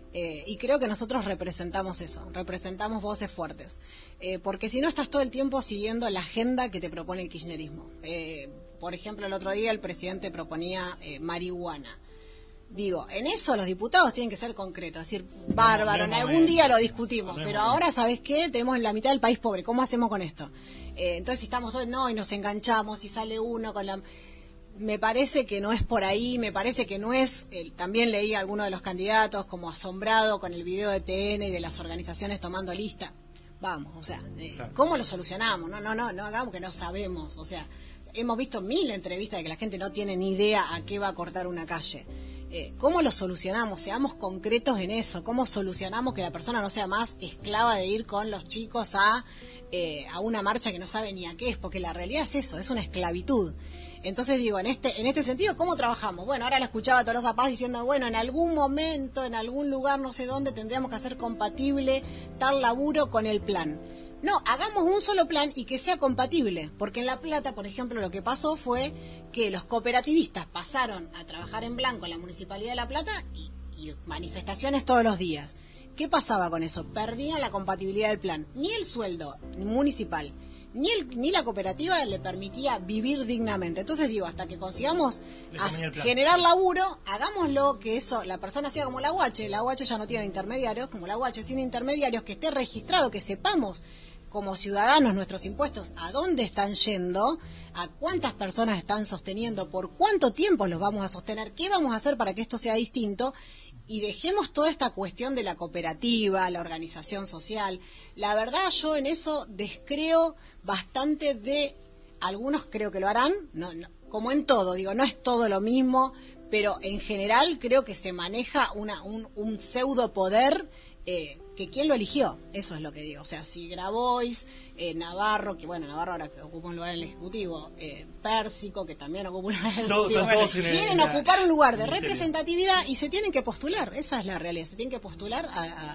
y creo que nosotros representamos eso, representamos voces fuertes, porque si no estás todo el tiempo siguiendo la agenda que te propone el kirchnerismo. Por ejemplo, el otro día el presidente proponía marihuana. Digo, en eso los diputados tienen que ser concretos, es decir, bárbaro, en algún día lo discutimos, pero ahora, ¿sabes qué? Tenemos en la mitad del país pobre, ¿cómo hacemos con esto? Entonces, si estamos todos, no, y nos enganchamos, y sale uno con la... Me parece que no es por ahí, me parece que no es... también leí a algunos de los candidatos como asombrado con el video de TN y de las organizaciones tomando lista. Vamos, o sea, ¿cómo lo solucionamos? No hagamos que no sabemos, o sea, hemos visto 1000 entrevistas de que la gente no tiene ni idea a qué va a cortar una calle. ¿Cómo lo solucionamos? Seamos concretos en eso. ¿Cómo solucionamos que la persona no sea más esclava de ir con los chicos a una marcha que no sabe ni a qué es? Porque la realidad es eso, es una esclavitud. Entonces digo, en este sentido, ¿cómo trabajamos? Bueno, ahora la escuchaba a Tolosa Paz diciendo, bueno, en algún momento, en algún lugar, no sé dónde, tendríamos que hacer compatible tal laburo con el plan. No, hagamos un solo plan y que sea compatible, porque en La Plata, por ejemplo, lo que pasó fue que los cooperativistas pasaron a trabajar en blanco en la Municipalidad de La Plata y manifestaciones todos los días. ¿Qué pasaba con eso? Perdían la compatibilidad del plan. Ni el sueldo municipal, ni la cooperativa le permitía vivir dignamente. Entonces digo, hasta que consigamos generar laburo, hagámoslo que eso, la persona sea como la UH ya no tiene intermediarios, como la UH sin intermediarios, que esté registrado, que sepamos como ciudadanos nuestros impuestos a dónde están yendo, a cuántas personas están sosteniendo, por cuánto tiempo los vamos a sostener, qué vamos a hacer para que esto sea distinto, y dejemos toda esta cuestión de la cooperativa, la organización social. La verdad, yo en eso descreo bastante de, algunos creo que lo harán, no, como en todo, digo, no es todo lo mismo, pero en general creo que se maneja un pseudo poder que quién lo eligió, eso es lo que digo. O sea, si Grabois, Navarro, que bueno, Navarro ahora ocupa un lugar en el Ejecutivo, Pérsico, que también ocupa un lugar en el Ejecutivo, quieren ocupar un lugar de representatividad y se tienen que postular, esa es la realidad, se tienen que postular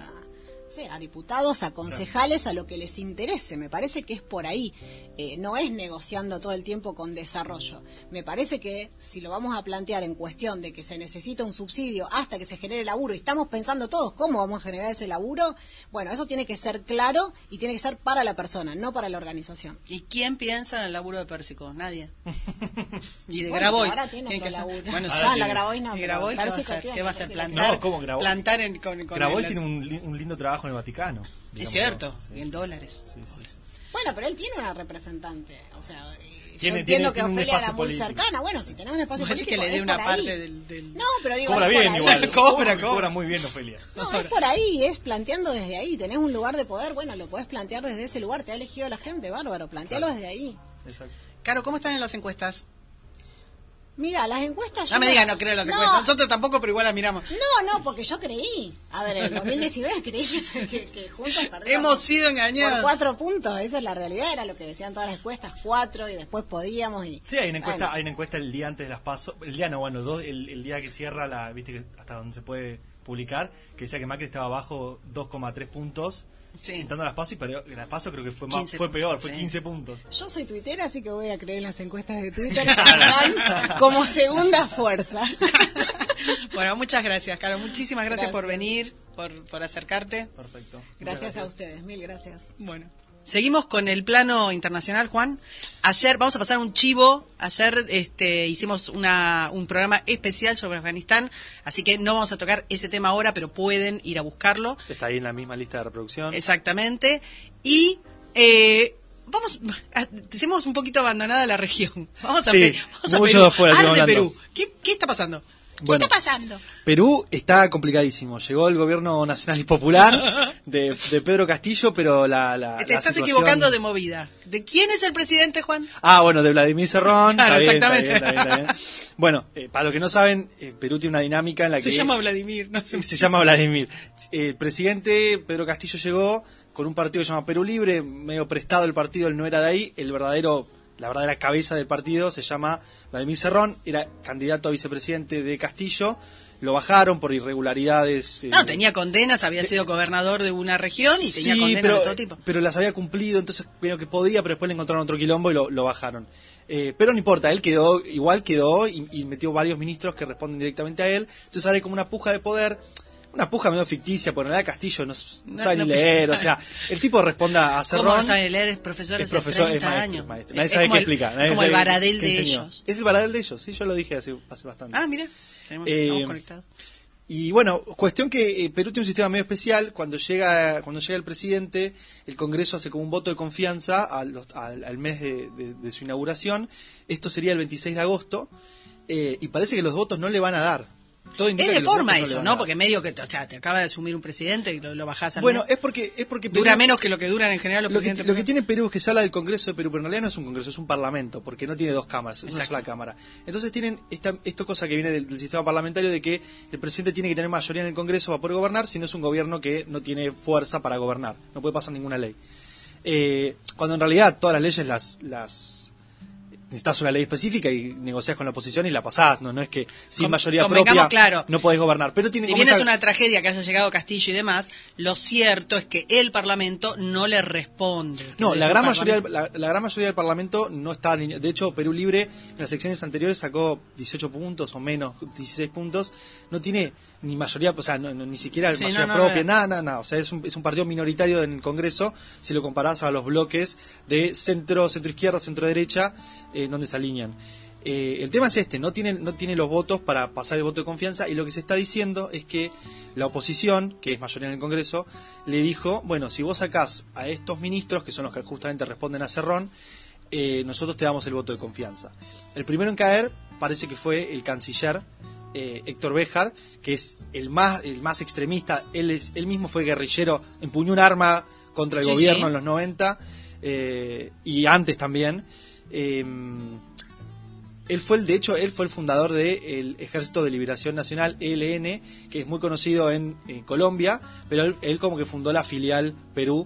a diputados, a concejales, a lo que les interese. Me parece que es por ahí, no es negociando todo el tiempo con desarrollo. Me parece que si lo vamos a plantear en cuestión de que se necesita un subsidio hasta que se genere laburo, y estamos pensando todos cómo vamos a generar ese laburo, bueno, eso tiene que ser claro y tiene que ser para la persona, no para la organización. ¿Y quién piensa en el laburo de Pérsico? Nadie. Y de Grabois. Ahora tiene otro laburo. Bueno, la Grabois no. ¿Y Grabois qué va a hacer? Plantar. No, ¿cómo Grabois? Plantar con Grabois tiene un lindo trabajo en el Vaticano. Es cierto, sí, en dólares. Sí. Bueno, pero él tiene una representante, o sea, yo tiene entiendo que Ofelia era muy político. cercana. Bueno, si tenemos un espacio político, que le dé una parte del... No, pero digo, cobra bien igual. Cobra muy bien Ofelia. No, es por ahí, es planteando desde ahí. Tenés un lugar de poder, bueno, lo podés plantear desde ese lugar. Te ha elegido la gente, bárbaro, plantealo desde ahí. Exacto. Caro, ¿cómo están en las encuestas? Mira, las encuestas... No me digas no creo en las encuestas. Nosotros tampoco, pero igual las miramos. No, porque yo creí. A ver, en el 2019 creí que juntos perdimos. Hemos sido engañados. Por 4 puntos, esa es la realidad, era lo que decían todas las encuestas, 4 y después podíamos y... Sí, hay una encuesta el día antes de las PASO, el día el día que cierra viste que hasta donde se puede publicar, que decía que Macri estaba abajo 2,3 puntos. Sí. Entrando a las PASO, pero las PASO creo que fue peor, fue 15 puntos. Yo soy tuitera, así que voy a creer en las encuestas de Twitter como segunda fuerza. Bueno, muchas gracias, Caro. Muchísimas gracias por venir, por acercarte. Perfecto. Gracias a ustedes, mil gracias. Bueno. Seguimos con el plano internacional, Juan. Ayer, vamos a pasar un chivo, ayer hicimos un programa especial sobre Afganistán, así que no vamos a tocar ese tema ahora, pero pueden ir a buscarlo. Está ahí en la misma lista de reproducción. Exactamente. Y tenemos un poquito abandonada la región. Vamos a Perú. De Perú. ¿Qué está pasando? ¿Qué está pasando? Perú está complicadísimo. Llegó el gobierno nacional y popular de Pedro Castillo, pero te estás equivocando de movida. ¿De quién es el presidente, Juan? Bueno, de Vladimir Cerrón. Claro, exactamente. Está bien. Bueno, para los que no saben, Perú tiene una dinámica en la que... Se llama Vladimir. Se llama Vladimir. El presidente Pedro Castillo llegó con un partido que se llama Perú Libre, medio prestado el partido, él no era de ahí, la verdadera cabeza del partido se llama Vladimir Cerrón, era candidato a vicepresidente de Castillo, lo bajaron por irregularidades. Tenía condenas, había sido gobernador de una región y tenía condenas de todo tipo. Pero las había cumplido, entonces veo que podía, pero después le encontraron otro quilombo y lo bajaron. Pero no importa, él quedó y metió varios ministros que responden directamente a él, entonces ahora hay como una puja de poder. Una puja medio ficticia, por nada Castillo no sabe ni leer, o sea, el tipo responde a Cerrón. ¿Cómo no sabe leer? Es profesor hace 30 años. Maestro. Nadie sabe qué explicar. Es como el Baradel de ellos. Es el Baradel de ellos, sí, yo lo dije hace bastante. Mira, estamos conectados. Y bueno, cuestión que Perú tiene un sistema medio especial, cuando llega el presidente, el Congreso hace como un voto de confianza al mes de su inauguración, esto sería el 26 de agosto, y parece que los votos no le van a dar. Es de forma eso, ¿no? Porque medio que te acaba de asumir un presidente y lo bajás al Bueno, es porque dura menos que lo que duran en general los presidentes. Lo que tiene Perú es que se habla del Congreso de Perú, pero en realidad no es un Congreso, es un parlamento, porque no tiene dos cámaras, es una sola cámara. Entonces tienen esta cosa que viene del sistema parlamentario de que el presidente tiene que tener mayoría en el Congreso para poder gobernar, si no es un gobierno que no tiene fuerza para gobernar, no puede pasar ninguna ley. Cuando en realidad todas las leyes necesitas una ley específica y negociás con la oposición y la pasás, no es que sin mayoría propia no podés gobernar. Pero tiene si bien es una tragedia que haya llegado Castillo y demás, lo cierto es que el Parlamento no le responde. No, la gran mayoría del Parlamento no está alineado. De hecho, Perú Libre en las elecciones anteriores sacó 18 puntos o menos, 16 puntos. No tiene ni mayoría, o sea, ni siquiera mayoría propia, nada. O sea, es un partido minoritario en el Congreso si lo comparás a los bloques de centro izquierda, centro derecha, donde se alinean. El tema es no tiene los votos para pasar el voto de confianza, y lo que se está diciendo es que la oposición, que es mayoría en el Congreso, le dijo, bueno, si vos sacás a estos ministros, que son los que justamente responden a Cerrón, nosotros te damos el voto de confianza. El primero en caer parece que fue el canciller Héctor Béjar, que es el más extremista. Él mismo fue guerrillero, empuñó un arma contra el gobierno en los 90 y antes también. Él fue el fundador del Ejército de Liberación Nacional, ELN, que es muy conocido en Colombia, pero él como que fundó la filial Perú,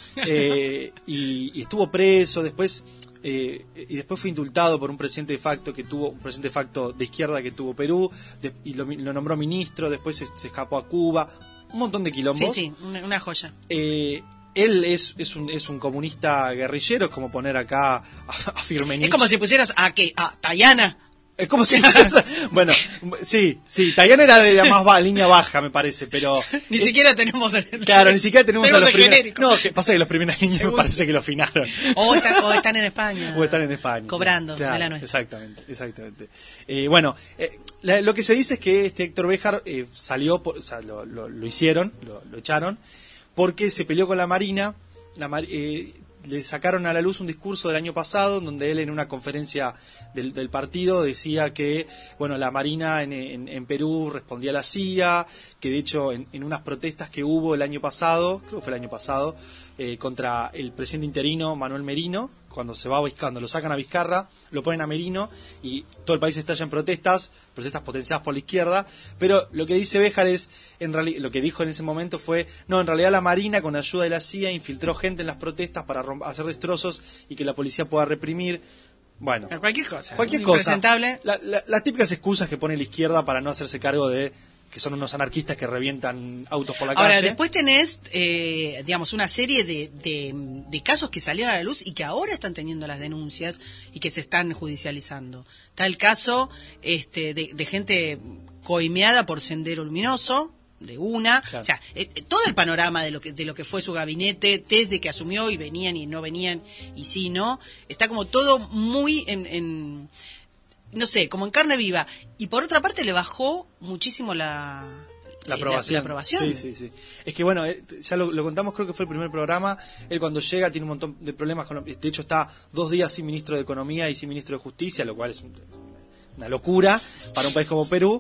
y estuvo preso después, y después fue indultado por un presidente de facto de izquierda que tuvo Perú, y lo nombró ministro, después se escapó a Cuba, un montón de quilombos. Sí, una joya. Él es un comunista guerrillero, es como poner acá a Firmenich. Es como si pusieras a Tayana. Es como si bueno, sí, Tayana era de la más línea baja, me parece, pero ni siquiera tenemos claro, ni siquiera tenemos a los primeros. No, que pasa que los primeros líneas me parece que lo afinaron. O están en España. O están en España. Cobrando claro, de la nuestra. Exactamente. Lo que se dice es que Héctor Béjar salió, lo hicieron, lo echaron, porque se peleó con la Marina. Le sacaron a la luz un discurso del año pasado donde él en una conferencia del partido decía que la Marina en Perú respondía a la CIA, que de hecho en unas protestas que hubo el año pasado, creo que fue el año pasado, contra el presidente interino Manuel Merino, cuando lo sacan a Vizcarra, lo ponen a Merino y todo el país estalla en protestas potenciadas por la izquierda, pero lo que dice Béjar es, lo que dijo en ese momento fue, en realidad la Marina con ayuda de la CIA infiltró gente en las protestas para hacer destrozos y que la policía pueda reprimir. Bueno, cualquier cosa. Impresentable. Las típicas excusas que pone la izquierda para no hacerse cargo de que son unos anarquistas que revientan autos por la calle. Ahora, después tenés, una serie de casos que salieron a la luz y que ahora están teniendo las denuncias y que se están judicializando. Está el caso de gente coimeada por Sendero Luminoso, de una. Claro. O sea, todo el panorama de lo que fue su gabinete desde que asumió, y venían y no venían y sí, ¿no? Está como todo muy en no sé, como en carne viva. Y por otra parte le bajó muchísimo la aprobación. Sí. Es que bueno, ya lo contamos, creo que fue el primer programa. Él cuando llega tiene un montón de problemas. De hecho está 2 días sin ministro de Economía y sin ministro de Justicia, lo cual es una locura para un país como Perú.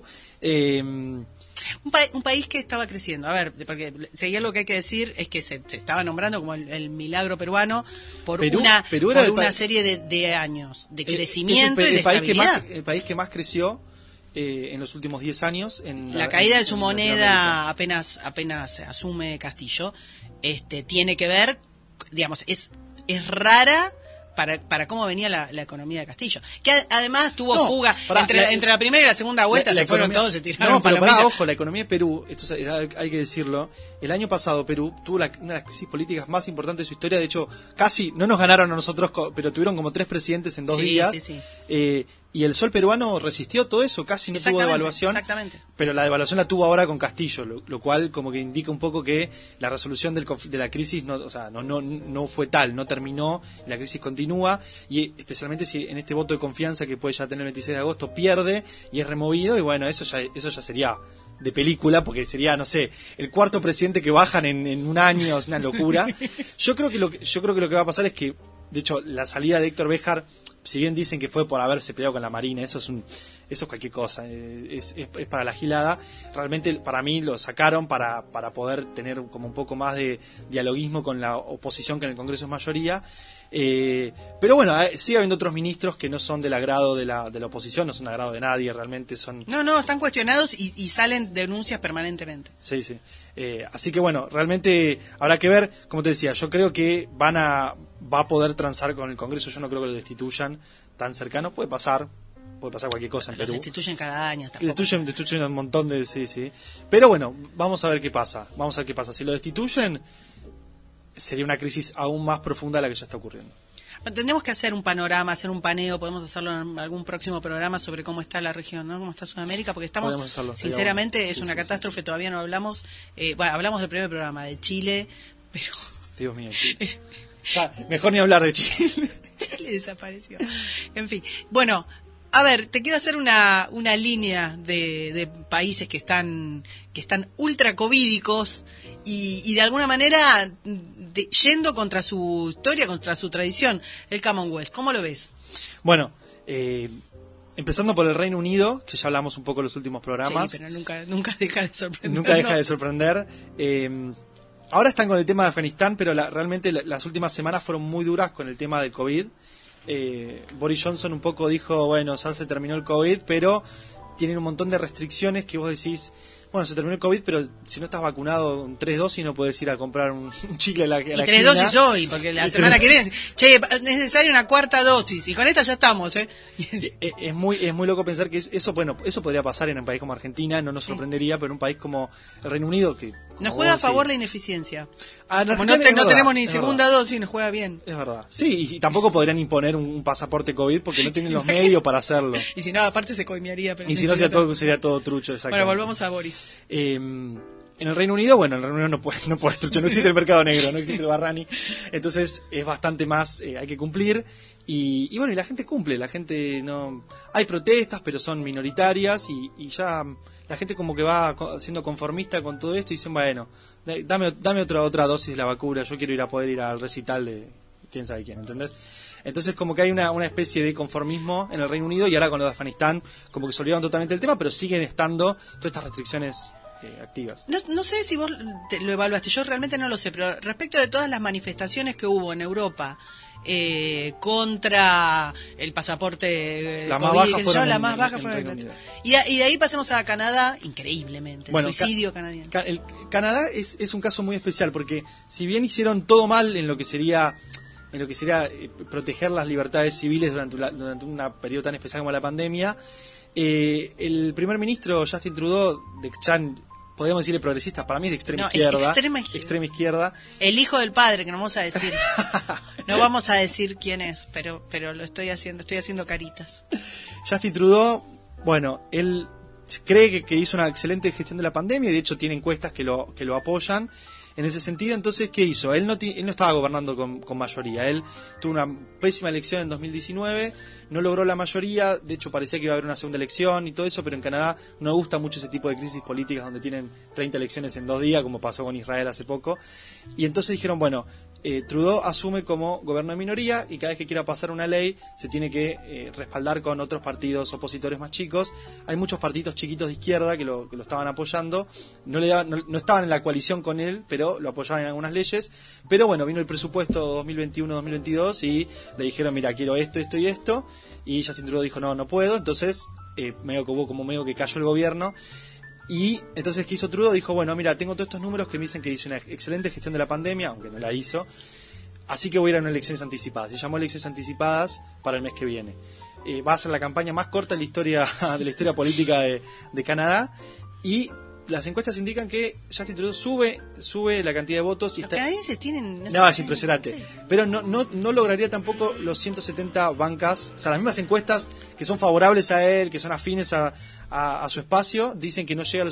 Un país que estaba creciendo. A ver, porque si hay algo que hay que decir es que se estaba nombrando como el milagro peruano por una serie de años de crecimiento y de estabilidad. El país que más creció en los últimos 10 años. La caída de su moneda apenas asume Castillo, tiene que ver, digamos, es rara para cómo venía la economía de Castillo, que además tuvo fuga entre la primera y la segunda vuelta, se fueron todos, se tiraron. No, pero ojo, la economía de Perú, esto hay que decirlo, el año pasado Perú tuvo una de las crisis políticas más importantes de su historia. De hecho, casi no nos ganaron a nosotros, pero tuvieron como 3 presidentes en 2 días. Sí. Y el sol peruano resistió todo eso, casi no tuvo devaluación. Exactamente. Pero la devaluación la tuvo ahora con Castillo, lo cual como que indica un poco que la resolución de la crisis no fue tal, no terminó, la crisis continúa, y especialmente si en este voto de confianza que puede ya tener el 26 de agosto pierde y es removido, y bueno, eso ya sería de película, porque sería, no sé, el 4º presidente que bajan en un año, es una locura. Yo creo que lo que va a pasar es que, de hecho, la salida de Héctor Béjar, si bien dicen que fue por haberse peleado con la Marina, eso es cualquier cosa, es para la gilada. Realmente para mí lo sacaron para poder tener como un poco más de dialoguismo con la oposición, que en el Congreso es mayoría. Pero bueno, sigue habiendo otros ministros que no son del agrado de la oposición, no son del agrado de nadie, realmente son... No, están cuestionados y salen denuncias permanentemente. Sí. Así que bueno, realmente habrá que ver, como te decía, yo creo que va a poder transar con el Congreso. Yo no creo que lo destituyan tan cercano. Puede pasar cualquier cosa en Perú. Los destituyen cada año. Destituyen un montón de... Sí. Pero bueno, vamos a ver qué pasa. Si lo destituyen, sería una crisis aún más profunda de la que ya está ocurriendo. Tendremos que hacer un panorama, hacer un paneo, podemos hacerlo en algún próximo programa sobre cómo está la región, ¿no? Cómo está Sudamérica, porque estamos, sinceramente, es una catástrofe, todavía no hablamos, hablamos del primer programa, de Chile, pero... Dios mío, Chile. Mejor ni hablar de Chile. Chile desapareció. En fin, bueno, a ver, te quiero hacer una línea de países que están ultra covídicos y de alguna manera yendo contra su historia, contra su tradición, el Commonwealth. ¿Cómo lo ves? Bueno, empezando por el Reino Unido, que ya hablamos un poco en los últimos programas. Sí, pero nunca deja de sorprender. Nunca deja de sorprender. Ahora están con el tema de Afganistán, pero realmente las últimas semanas fueron muy duras con el tema del COVID. Boris Johnson un poco dijo, bueno, ya se terminó el COVID, pero tienen un montón de restricciones que vos decís, bueno, se terminó el COVID, pero si no estás vacunado en 3 dosis no puedes ir a comprar un chicle a la esquina. Y 3 dosis hoy, porque la semana que viene, che, es necesaria una 4ª dosis, y con esta ya estamos, Es muy loco pensar que eso podría pasar en un país como Argentina, no nos sorprendería, pero en un país como el Reino Unido, que... Nos juega a favor la ineficiencia. Como no tenemos ni segunda dosis, nos juega bien. Es verdad. Sí, y tampoco podrían imponer un pasaporte COVID porque no tienen los medios para hacerlo. Y si no, aparte se coimearía. Y si no, sería todo trucho, exactamente. Bueno, volvamos a Boris. En el Reino Unido, no puedes trucho, no existe el mercado negro, no existe el barrani. Entonces es bastante más, hay que cumplir. Y bueno, y la gente cumple, la gente no... Hay protestas, pero son minoritarias y ya... La gente como que va siendo conformista con todo esto y dicen, bueno, dame otra dosis de la vacuna, yo quiero poder ir al recital de quién sabe quién, ¿entendés? Entonces como que hay una especie de conformismo en el Reino Unido, y ahora con lo de Afganistán como que se olvidaron totalmente del tema, pero siguen estando todas estas restricciones activas. No sé si vos lo evaluaste, yo realmente no lo sé, pero respecto de todas las manifestaciones que hubo en Europa contra el pasaporte la COVID, la más baja fueron en Inglaterra. Y de ahí pasemos a Canadá, increíblemente, el suicidio canadiense. Canadá es un caso muy especial, porque si bien hicieron todo mal en lo que sería proteger las libertades civiles durante un periodo tan especial como la pandemia, el primer ministro Justin Trudeau, podríamos decirle progresista, para mí es de extrema izquierda. El hijo del padre, que no vamos a decir. No vamos a decir quién es, pero lo estoy haciendo caritas. Justin Trudeau, bueno, él cree que hizo una excelente gestión de la pandemia y de hecho tiene encuestas que lo apoyan en ese sentido. Entonces, ¿qué hizo? Él no estaba gobernando con mayoría. Él tuvo una pésima elección en 2019, no logró la mayoría, de hecho parecía que iba a haber una segunda elección y todo eso, pero en Canadá no gusta mucho ese tipo de crisis políticas donde tienen 30 elecciones en 2 días, como pasó con Israel hace poco. Y entonces dijeron, bueno, Trudeau asume como gobierno de minoría y cada vez que quiera pasar una ley se tiene que respaldar con otros partidos opositores más chicos. Hay muchos partidos chiquitos de izquierda que lo estaban apoyando, no estaban en la coalición con él, pero lo apoyaban en algunas leyes. Pero bueno, vino el presupuesto 2021-2022 y le dijeron, mira, quiero esto, esto y esto, y Justin Trudeau dijo, no puedo. Entonces medio que cayó el gobierno. Y entonces, ¿qué hizo Trudeau? Dijo, bueno, mira, tengo todos estos números que me dicen que hizo una excelente gestión de la pandemia, aunque no la hizo, así que voy a ir a unas elecciones anticipadas. Se llamó elecciones anticipadas para el mes que viene. Va a ser la campaña más corta de la historia política de Canadá, y las encuestas indican que Justin Trudeau sube la cantidad de votos. Y los canadienses tienen... No, es impresionante. Pero no lograría tampoco los 170 bancas, o sea, las mismas encuestas que son favorables a él, que son afines a su espacio, dicen que no llega a los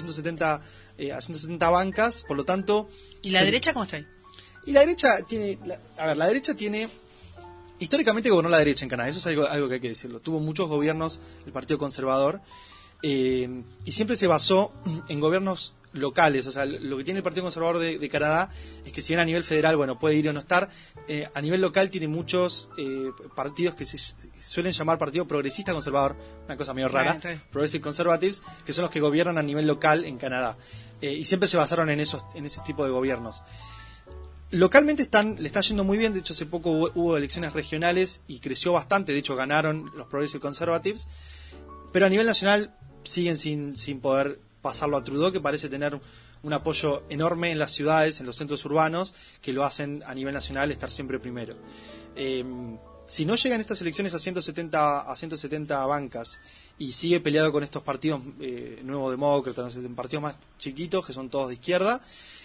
170 bancas, por lo tanto... ¿Y la derecha cómo está ahí? Y la derecha tiene... la derecha tiene... Históricamente gobernó la derecha en Canadá, eso es algo que hay que decirlo. Tuvo muchos gobiernos el Partido Conservador, y siempre se basó en gobiernos locales. O sea, lo que tiene el Partido Conservador de Canadá es que si bien a nivel federal, bueno, puede ir o no estar, a nivel local tiene muchos partidos que se suelen llamar Partido Progresista Conservador, una cosa medio rara, Progressive Conservatives, que son los que gobiernan a nivel local en Canadá. Y siempre se basaron en ese tipo de gobiernos. Localmente le está yendo muy bien. De hecho, hace poco hubo elecciones regionales y creció bastante. De hecho, ganaron los Progressive Conservatives. Pero a nivel nacional siguen sin poder pasarlo a Trudeau, que parece tener un apoyo enorme en las ciudades, en los centros urbanos, que lo hacen a nivel nacional estar siempre primero. Si no llegan estas elecciones a 170 bancas y sigue peleado con estos partidos Nuevo Demócratas, partidos más chiquitos que son todos de izquierda,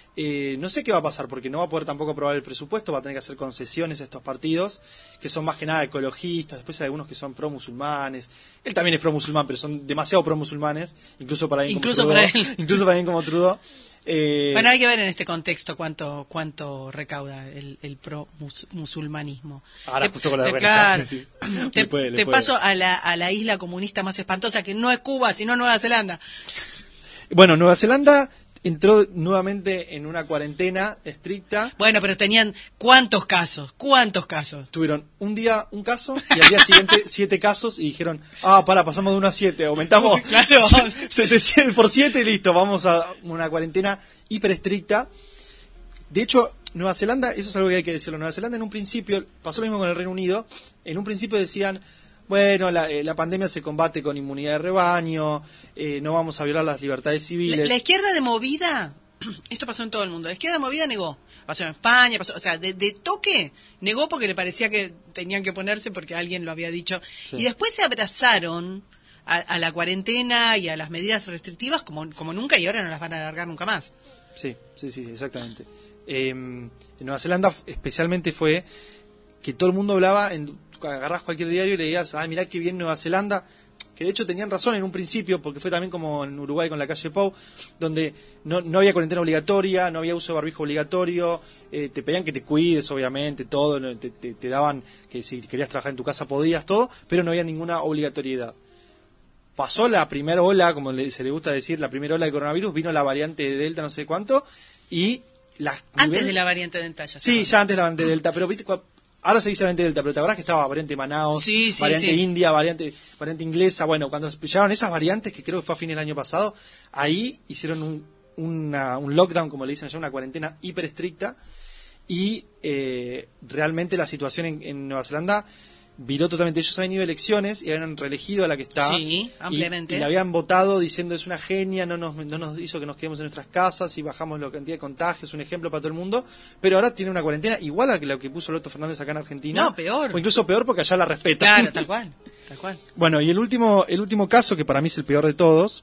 no sé qué va a pasar, porque no va a poder tampoco aprobar el presupuesto, va a tener que hacer concesiones a estos partidos, que son más que nada ecologistas. Después hay algunos que son pro-musulmanes. Él también es pro-musulmán, pero son demasiado pro-musulmanes, incluso para alguien como Trudeau. Bueno, hay que ver en este contexto cuánto recauda el pro-musulmanismo. Ahora justo con la claro, sí. Te paso a la isla comunista más espantosa, que no es Cuba, sino Nueva Zelanda. Bueno, Nueva Zelanda entró nuevamente en una cuarentena estricta. Bueno, pero tenían ¿cuántos casos? Tuvieron un día un caso y al día siguiente 7 casos y dijeron, pasamos de 1 a 7, aumentamos claro. 700 por 7 y listo, vamos a una cuarentena hiper estricta. De hecho, Nueva Zelanda, eso es algo que hay que decirlo, Nueva Zelanda en un principio, pasó lo mismo con el Reino Unido, en un principio decían, bueno, la pandemia se combate con inmunidad de rebaño, no vamos a violar las libertades civiles. La izquierda de movida, esto pasó en todo el mundo, la izquierda de movida negó. Pasó en España, o sea, de toque negó porque le parecía que tenían que ponerse porque alguien lo había dicho. Sí. Y después se abrazaron a la cuarentena y a las medidas restrictivas como nunca, y ahora no las van a alargar nunca más. Sí, exactamente. En Nueva Zelanda especialmente fue que todo el mundo hablaba, agarrás cualquier diario y leías, mirá qué bien Nueva Zelanda, que de hecho tenían razón en un principio, porque fue también como en Uruguay con la calle Pou, donde no había cuarentena obligatoria, no había uso de barbijo obligatorio, te pedían que te cuides, obviamente, todo, te daban que si querías trabajar en tu casa podías, todo, pero no había ninguna obligatoriedad. Pasó la primera ola, como se le gusta decir, la primera ola de coronavirus, vino la variante de Delta, no sé cuánto, y antes de la variante de Delta ya. Sí, ya antes de la variante de Delta, pero viste, ahora se dice variante Delta, pero te acordás que estaba variante Manaus, variante India, variante inglesa. Bueno, cuando llegaron esas variantes, que creo que fue a fines del año pasado, ahí hicieron un lockdown, como le dicen allá, una cuarentena hiper estricta, y realmente la situación en Nueva Zelanda viró totalmente. Ellos habían ido a elecciones y habían reelegido a la que está. Sí, ampliamente. Y la habían votado diciendo es una genia, no nos hizo que nos quedemos en nuestras casas y bajamos la cantidad de contagios, un ejemplo para todo el mundo. Pero ahora tiene una cuarentena igual a la que puso Alberto Fernández acá en Argentina. No, peor. O incluso peor porque allá la respeta. Claro, tal cual. Bueno, y el último caso, que para mí es el peor de todos,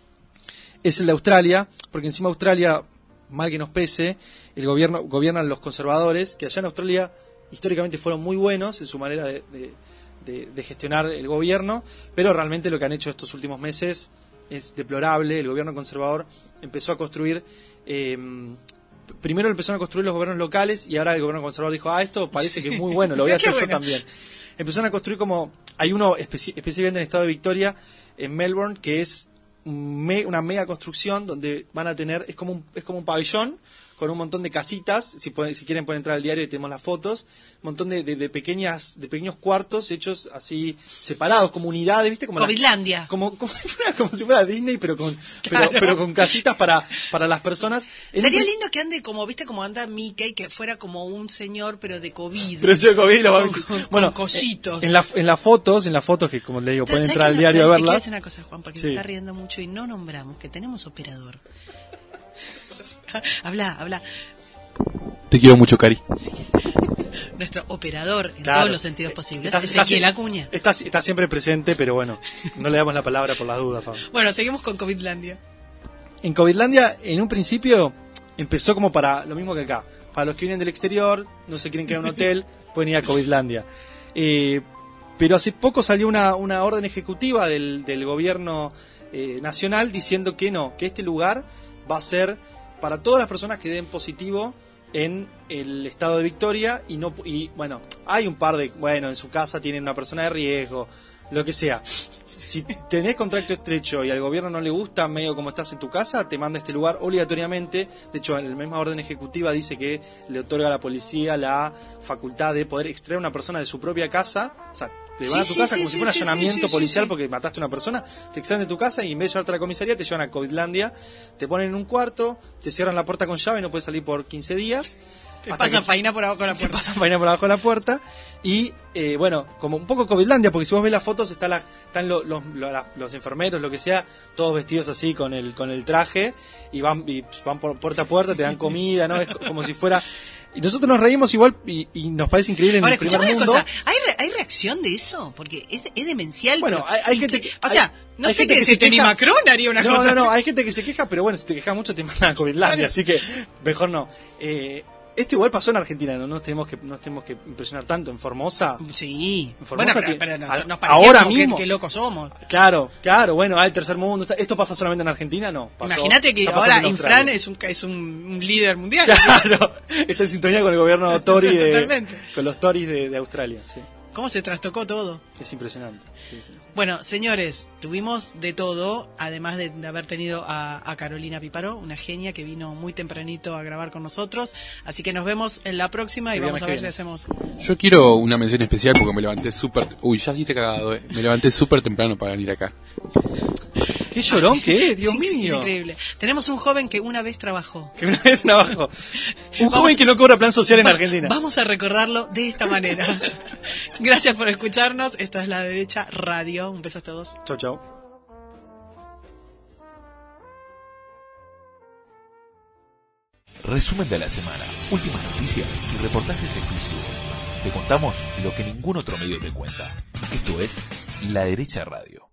es el de Australia, porque encima Australia, mal que nos pese, gobiernan los conservadores, que allá en Australia históricamente fueron muy buenos en su manera de gestionar el gobierno, pero realmente lo que han hecho estos últimos meses es deplorable. El gobierno conservador empezó a construir... primero empezaron a construir los gobiernos locales y ahora el gobierno conservador dijo, esto parece que es muy bueno, lo voy a hacer yo también. Empezaron a construir como... Hay uno específicamente en el estado de Victoria, en Melbourne, que es una mega construcción donde van a tener... Es como un pabellón con un montón de casitas, si quieren pueden entrar al diario y tenemos las fotos, un montón de pequeños cuartos hechos así separados, como unidades, ¿viste? Como Covidlandia. Como si fuera Disney, pero con casitas para las personas. Sería lindo que ande como, ¿viste? Como anda Mickey, que fuera como un señor, pero de COVID. Pero yo de COVID lo vamos con cositos. En las fotos que como le digo, pueden entrar al diario a verlas. Quiero decir una cosa, Juan, porque se está riendo mucho y no nombramos que tenemos operador. Habla. Te quiero mucho, Cari. Sí. Nuestro operador en todos los sentidos posibles. Ezequiel Acuña. Está siempre presente, pero bueno, no le damos la palabra por las dudas, Pablo. Bueno, seguimos con Covidlandia. En Covidlandia, en un principio, empezó como para lo mismo que acá. Para los que vienen del exterior, no se quieren quedar en un hotel, pueden ir a Covidlandia. Pero hace poco salió una orden ejecutiva del gobierno nacional diciendo que este lugar va a ser para todas las personas que den positivo en el estado de Victoria y bueno, hay un par de, en su casa tienen una persona de riesgo, lo que sea. Si tenés contacto estrecho y al gobierno no le gusta medio como estás en tu casa, te manda a este lugar obligatoriamente. De hecho, en la misma orden ejecutiva dice que le otorga a la policía la facultad de poder extraer a una persona de su propia casa, o sea, te van a tu casa como si fuera un allanamiento policial porque mataste a una persona, te extraen de tu casa y en vez de llevarte a la comisaría te llevan a Covidlandia, te ponen en un cuarto, te cierran la puerta con llave y no puedes salir por 15 días. Te pasan faina por abajo de la puerta. Te pasan faina por abajo de la puerta. Y bueno, como un poco Covidlandia, porque si vos ves las fotos están los enfermeros, lo que sea, todos vestidos así con el traje y van por puerta a puerta, te dan comida, ¿no? Es como si fuera... Y nosotros nos reímos igual y nos parece increíble en el primer mundo. Cosa, ¿hay reacción de eso? Porque es demencial. Bueno, hay gente que... O sea, no sé que ni Macron haría una cosa así. No, hay gente que se queja, pero bueno, si te quejas mucho te mandan a Covidlandia, así que mejor no. Esto igual pasó en Argentina, no nos tenemos que impresionar tanto. En Formosa. Sí. En Formosa pero nos parecía ahora mismo. Que locos somos. Claro, bueno, el tercer mundo. ¿Esto pasa solamente en Argentina? No. Imagínate que ahora Infran es un líder mundial. Claro, está en sintonía con el gobierno Tory con los Tories de Australia, sí. ¿Cómo se trastocó todo? Es impresionante. Sí. Bueno, señores, tuvimos de todo, además de haber tenido a Carolina Píparo, una genia que vino muy tempranito a grabar con nosotros. Así que nos vemos en la próxima y vamos a ver si hacemos... Yo quiero una mención especial porque me levanté súper... Uy, ya sí te he cagado, Me levanté súper temprano para venir acá. ¡Qué llorón que es, Dios mío! Es increíble. Tenemos un joven que una vez trabajó. Joven que no cobra plan social en Argentina. Vamos a recordarlo de esta manera. Gracias por escucharnos. Esto es La Derecha Radio. Un beso a todos. Chau. Resumen de la semana, últimas noticias y reportajes exclusivos. Te contamos lo que ningún otro medio te cuenta. Esto es La Derecha Radio.